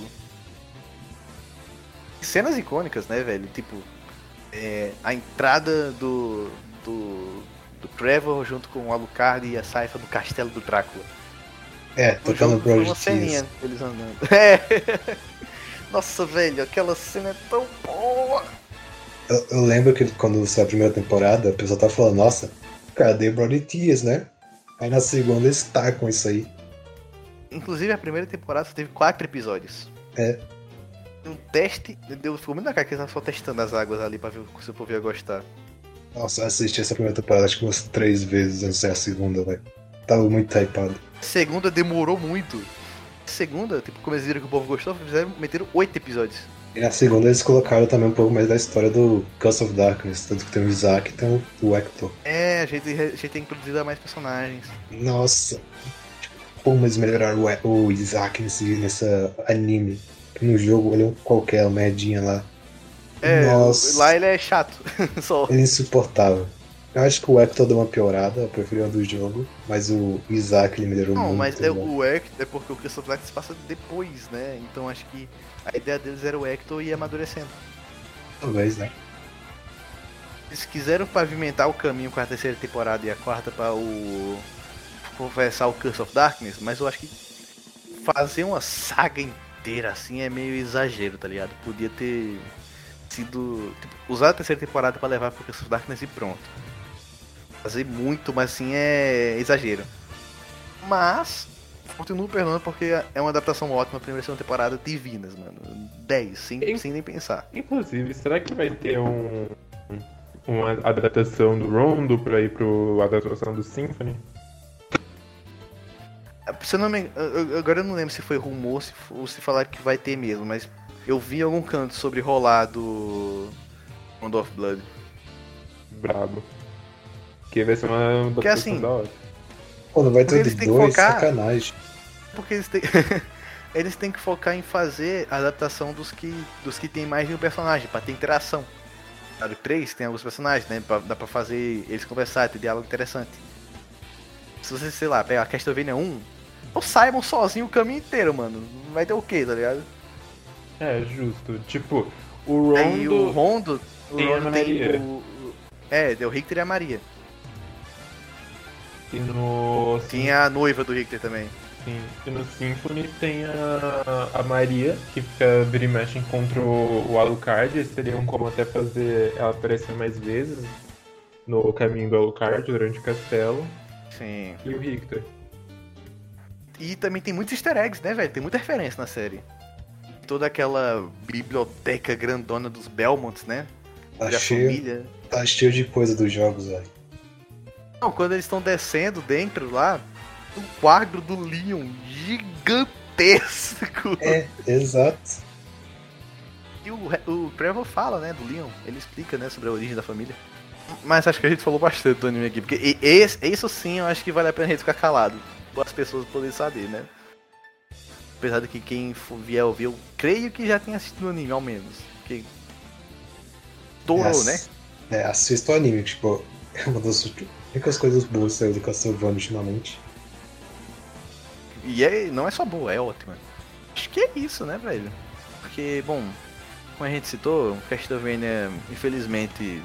Cenas icônicas, né, velho? Tipo, a entrada do Trevor junto com o Alucard e a Sypha do castelo do Drácula. Tocando Project uma ceninha eles andando. Nossa, velho, aquela cena é tão boa. Eu lembro que quando saiu a primeira temporada, o pessoal tava falando, nossa, cadê Brody Tears, né? Aí na segunda eles tacam isso aí. Inclusive a primeira temporada só teve 4 episódios. Um teste, ficou muito na cara que eles estavam só testando as águas ali pra ver se o povo ia gostar. Nossa, eu assisti essa primeira temporada acho que umas 3 vezes antes da segunda, velho. Tava muito hypado. A segunda demorou muito. A segunda, tipo, como eles viram que o povo gostou, meteram 8 episódios. E na segunda eles colocaram também um pouco mais da história do Curse of Darkness, tanto que tem o Isaac e tem o Hector. A gente tem introduzido mais personagens. Nossa, como eles melhoraram o Isaac nesse anime. No jogo ele é um qualquer, merdinha lá. Nossa. Lá ele é chato. Só. Ele é insuportável. Eu acho que o Hector deu uma piorada, eu preferi o do jogo, mas o Isaac ele melhorou muito. Não, mas o Hector é porque o Curse of Darkness passa depois, né? Então acho que a ideia deles era o Hector ir amadurecendo. Talvez, né? Eles quiseram pavimentar o caminho com a terceira temporada e a quarta pra conversar o Curse of Darkness, mas eu acho que fazer uma saga inteira assim é meio exagero, tá ligado? Podia ter sido... usar a terceira temporada pra levar pro Curse of Darkness e pronto. Fazer muito, mas assim é exagero. Mas continuo perdoando porque é uma adaptação ótima, a primeira e segunda temporada divinas, mano. 10, sem nem pensar. Inclusive, será que vai ter uma adaptação do Rondo pra ir pro adaptação do Symphony? Se eu não me... Agora eu não lembro se foi rumor ou se falaram que vai ter mesmo, mas eu vi em algum canto sobre rolar do Rondo of Blood. Brabo. Que vai ser uma adaptação assim, da hora. Pô, não vai ter de 2, sacanagem. Porque eles têm que focar em fazer a adaptação dos que tem mais de um personagem, pra ter interação. Claro, 3 tem alguns personagens, né? Dá pra fazer eles conversar, ter diálogo interessante. Se você, sei lá, pegar a Castlevania 1, o Simon sozinho o caminho inteiro, mano. Vai ter o quê, tá ligado? É, justo. Tipo, o Rondo... Aí o Rondo O Tem a Ron tem Maria. o Richter e a Maria. E no... Tinha a noiva do Richter também. Sim. E no Symphony tem a Maria, que fica vira e mexe contra o Alucard. Eles teriam como até fazer ela aparecer mais vezes no caminho do Alucard durante o castelo. Sim. E o Richter. E também tem muitos easter eggs, né, velho? Tem muita referência na série. Toda aquela biblioteca grandona dos Belmonts, né? Tá Da cheio, família. tá cheio de coisa dos jogos, velho. Não, quando eles estão descendo dentro lá, um quadro do Leon gigantesco. É, exato. E o Trevor fala, né, do Leon. Ele explica, né, sobre a origem da família. Mas acho que a gente falou bastante do anime aqui. Porque isso sim eu acho que vale a pena a gente ficar calado. Para as pessoas poderem saber, né? Apesar de que quem vier ouvir, eu creio que já tenha assistido o anime, ao menos. Porque estourou, né? Assista o anime, tipo, é uma das únicas coisas boas que saiu do Castlevania ultimamente. E não é só boa, é ótima. Acho que é isso, né, velho? Porque, bom, como a gente citou, o Castlevania, infelizmente,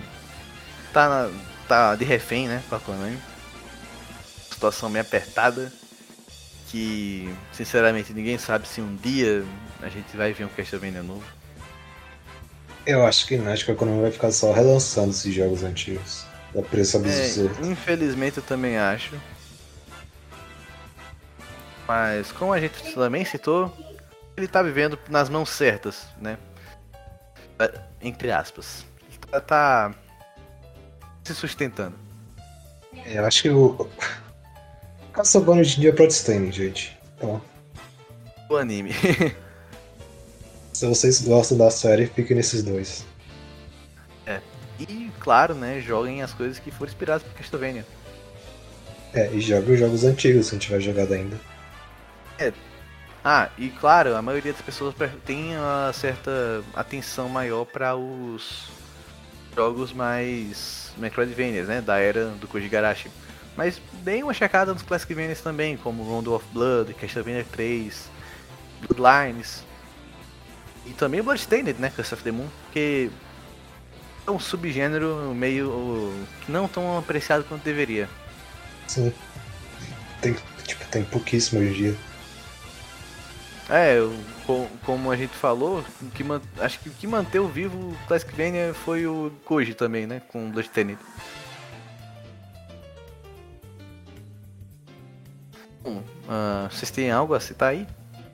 tá de refém, né, com a Konami. Situação meio apertada. Que, sinceramente, ninguém sabe se um dia a gente vai ver um Castlevania novo. Eu acho que não, acho que a Konami vai ficar só relançando esses jogos antigos. Da preço absurdo. Infelizmente eu também acho. Mas como a gente também citou, ele tá vivendo nas mãos certas, né? Entre aspas. Tá se sustentando. Eu acho que o Castlevania hoje em dia é Bloodstained, gente. Então, O anime. se vocês gostam da série, fiquem nesses dois. E, claro, né, joguem as coisas que foram inspiradas por Castlevania. E joguem os jogos antigos, se não tiver jogado ainda. E claro, a maioria das pessoas tem uma certa atenção maior para os jogos mais Metroidvanias, né, da era do Koji Igarashi. Mas deem uma checada nos Classicvanias também, como Rondo of Blood, Castlevania 3, Bloodlines. E também Bloodstained, né, Curse of the Moon, porque é um subgênero meio que não tão apreciado quanto deveria. Sim. Tem pouquíssimo hoje em dia. Como a gente falou, acho que o que manteve vivo o Classicvania foi o Koji também, né, com Bloodstained. Bom, vocês têm algo a citar aí?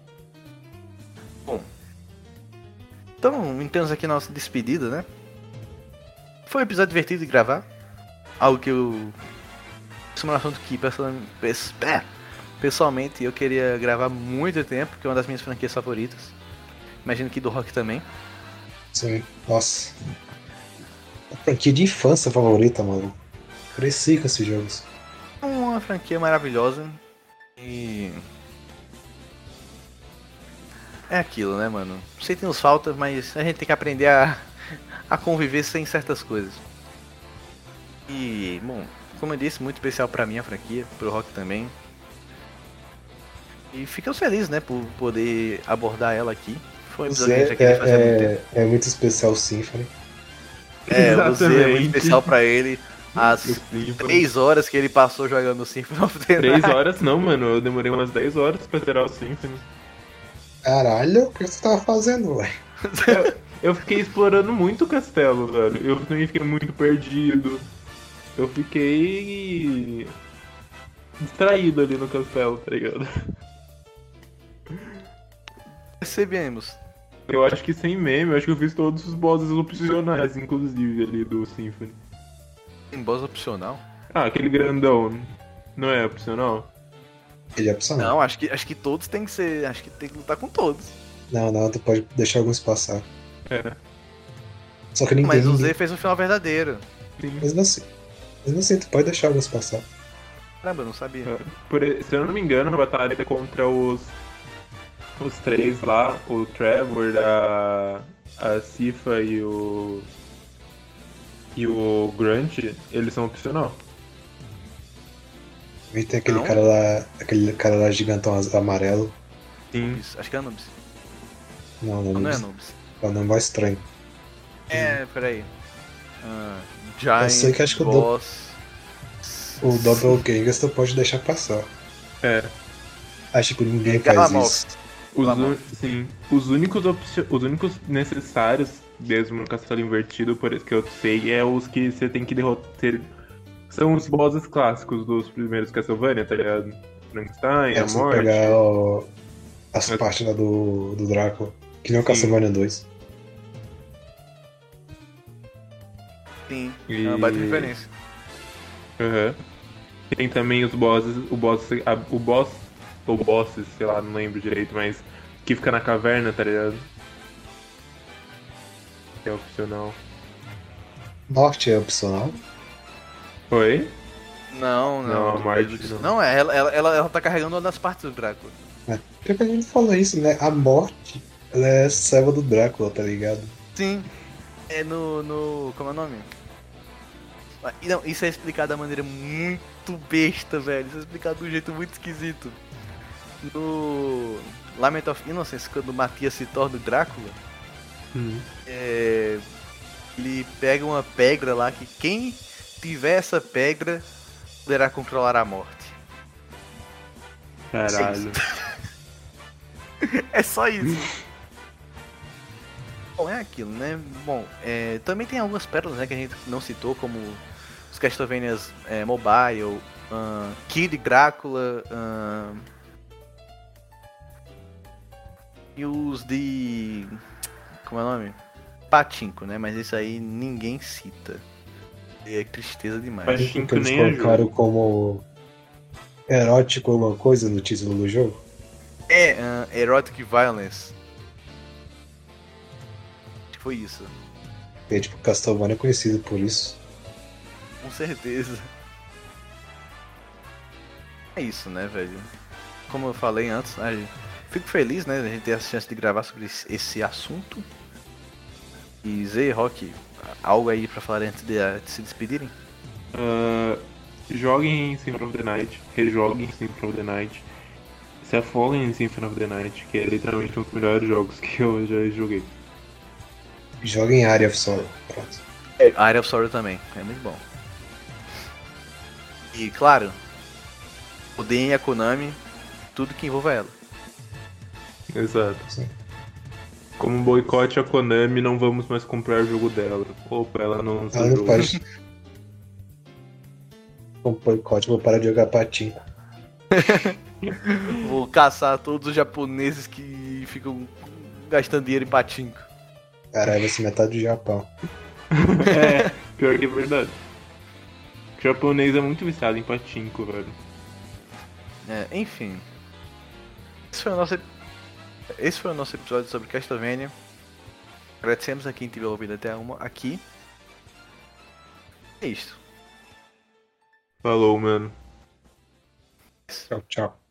Bom, então entramos aqui na nossa despedida, né? Foi um episódio divertido de gravar. Algo que eu... Isso é um assunto que pessoalmente eu queria gravar há muito tempo, que é uma das minhas franquias favoritas. Imagino que do Rock também. Sim, nossa. A franquia de infância favorita, mano. Cresci com esses jogos. Uma franquia maravilhosa. E... é aquilo, né, mano? Sei que nos falta, mas a gente tem que aprender a conviver sem certas coisas. E, bom, como eu disse, muito especial pra mim a franquia, pro Rock também. E ficamos felizes, né, por poder abordar ela aqui. Foi um episódio que a gente já queria fazer há muito tempo. É muito especial o Symphony. O Z é muito especial pra ele. As 3 horas que ele passou jogando o Symphony of the Night. 3 horas não, mano. Eu demorei umas 10 horas pra zerar o Symphony. Caralho, o que você tava fazendo, velho? Eu fiquei explorando muito o castelo, velho. Eu também fiquei muito perdido. Eu fiquei distraído ali no castelo, tá ligado? Percebemos. Eu acho que sem meme, eu acho que eu fiz todos os bosses opcionais, inclusive, ali do Symphony. Tem boss opcional? Aquele grandão. Não é opcional? Ele é opcional. Não, acho que todos tem que ser. Acho que tem que lutar com todos. Não, tu pode deixar alguns passar. Só que Mas ninguém... o Z fez um final verdadeiro. Mesmo assim, tu pode deixar alguns passar. Caramba, eu não sabia. Se eu não me engano, a batalha é contra os 3 lá, o Trevor, a Sifa e o Grunt, eles são opcional. E tem aquele Não? cara lá gigantão amarelo. Sim. Anubis, acho que é Anubis. Não Não é é Anubis. o nome mais estranho. Peraí. Giant Eu sei que acho que Boss. o Doppelganger você pode deixar passar. É. Acho que ninguém faz Galamoth. isso. Sim. Os únicos necessários mesmo no castelo invertido, por isso que eu sei, é os que você tem que derrotar. São os bosses clássicos dos primeiros Castlevania, tá ligado? Frankenstein, a Você morte. pegar as partes lá do Drácula. Que nem o Sim. Castlevania 2. Sim, E- é uma baita referência. Aham. Tem também os bosses, o boss, ou bosses, sei lá, não lembro direito, mas que fica na caverna, tá ligado? Que é opcional. Morte é opcional. Oi? Não, Não, a morte não. Não, ela tá carregando uma das partes do Drácula. Porque a gente falou isso, né? A morte, ela é serva do Drácula, tá ligado? Sim. É no. Como é o nome? Não, isso é explicado da maneira muito besta, velho. Isso é explicado de um jeito muito esquisito. No Lament of Innocence, quando o Matias se torna o Drácula, ele pega uma pedra lá que quem tiver essa pedra poderá controlar a morte. Caralho. É só isso. Bom, é aquilo, né? Bom, também tem algumas pérolas, né, que a gente não citou, como os Castlevanias Mobile, Kid Drácula, e os de... como é o nome? Pachinko, né? Mas isso aí ninguém cita. É tristeza demais. Pachinko Porque eles nem é colocaram jogo. como erótico alguma coisa no título do jogo. Erotic Violence. Acho que foi isso. E, tipo, Castlevania é conhecido por isso. Com certeza. É isso, né, velho? Como eu falei antes, fico feliz, né, de a gente ter a chance de gravar sobre esse assunto. E Zé, Rock, algo aí pra falar antes de se despedirem? Joguem em Symphony of the Night, rejoguem em Symphony of the Night, se afoguem em Symphony of the Night, que é literalmente um dos melhores jogos que eu já joguei. Joga em Area of Sorrow. Pronto. Area of Sorrow também, é muito bom. E claro, odeiem a Konami, tudo que envolva ela. Exato. Sim. Como boicote a Konami, não vamos mais comprar o jogo dela. Opa, ela não lançou Ela o não jogo. pode. Com boicote, vou parar de jogar patinco. Vou caçar todos os japoneses que ficam gastando dinheiro em patinco. Caralho, vai ser metade do Japão. É, pior que é verdade. O japonês é muito viciado em patinco, velho. Enfim. Esse foi o nosso episódio sobre Castlevania. Agradecemos a quem tiver ouvido até aqui. É isso. Falou, mano. Tchau, tchau.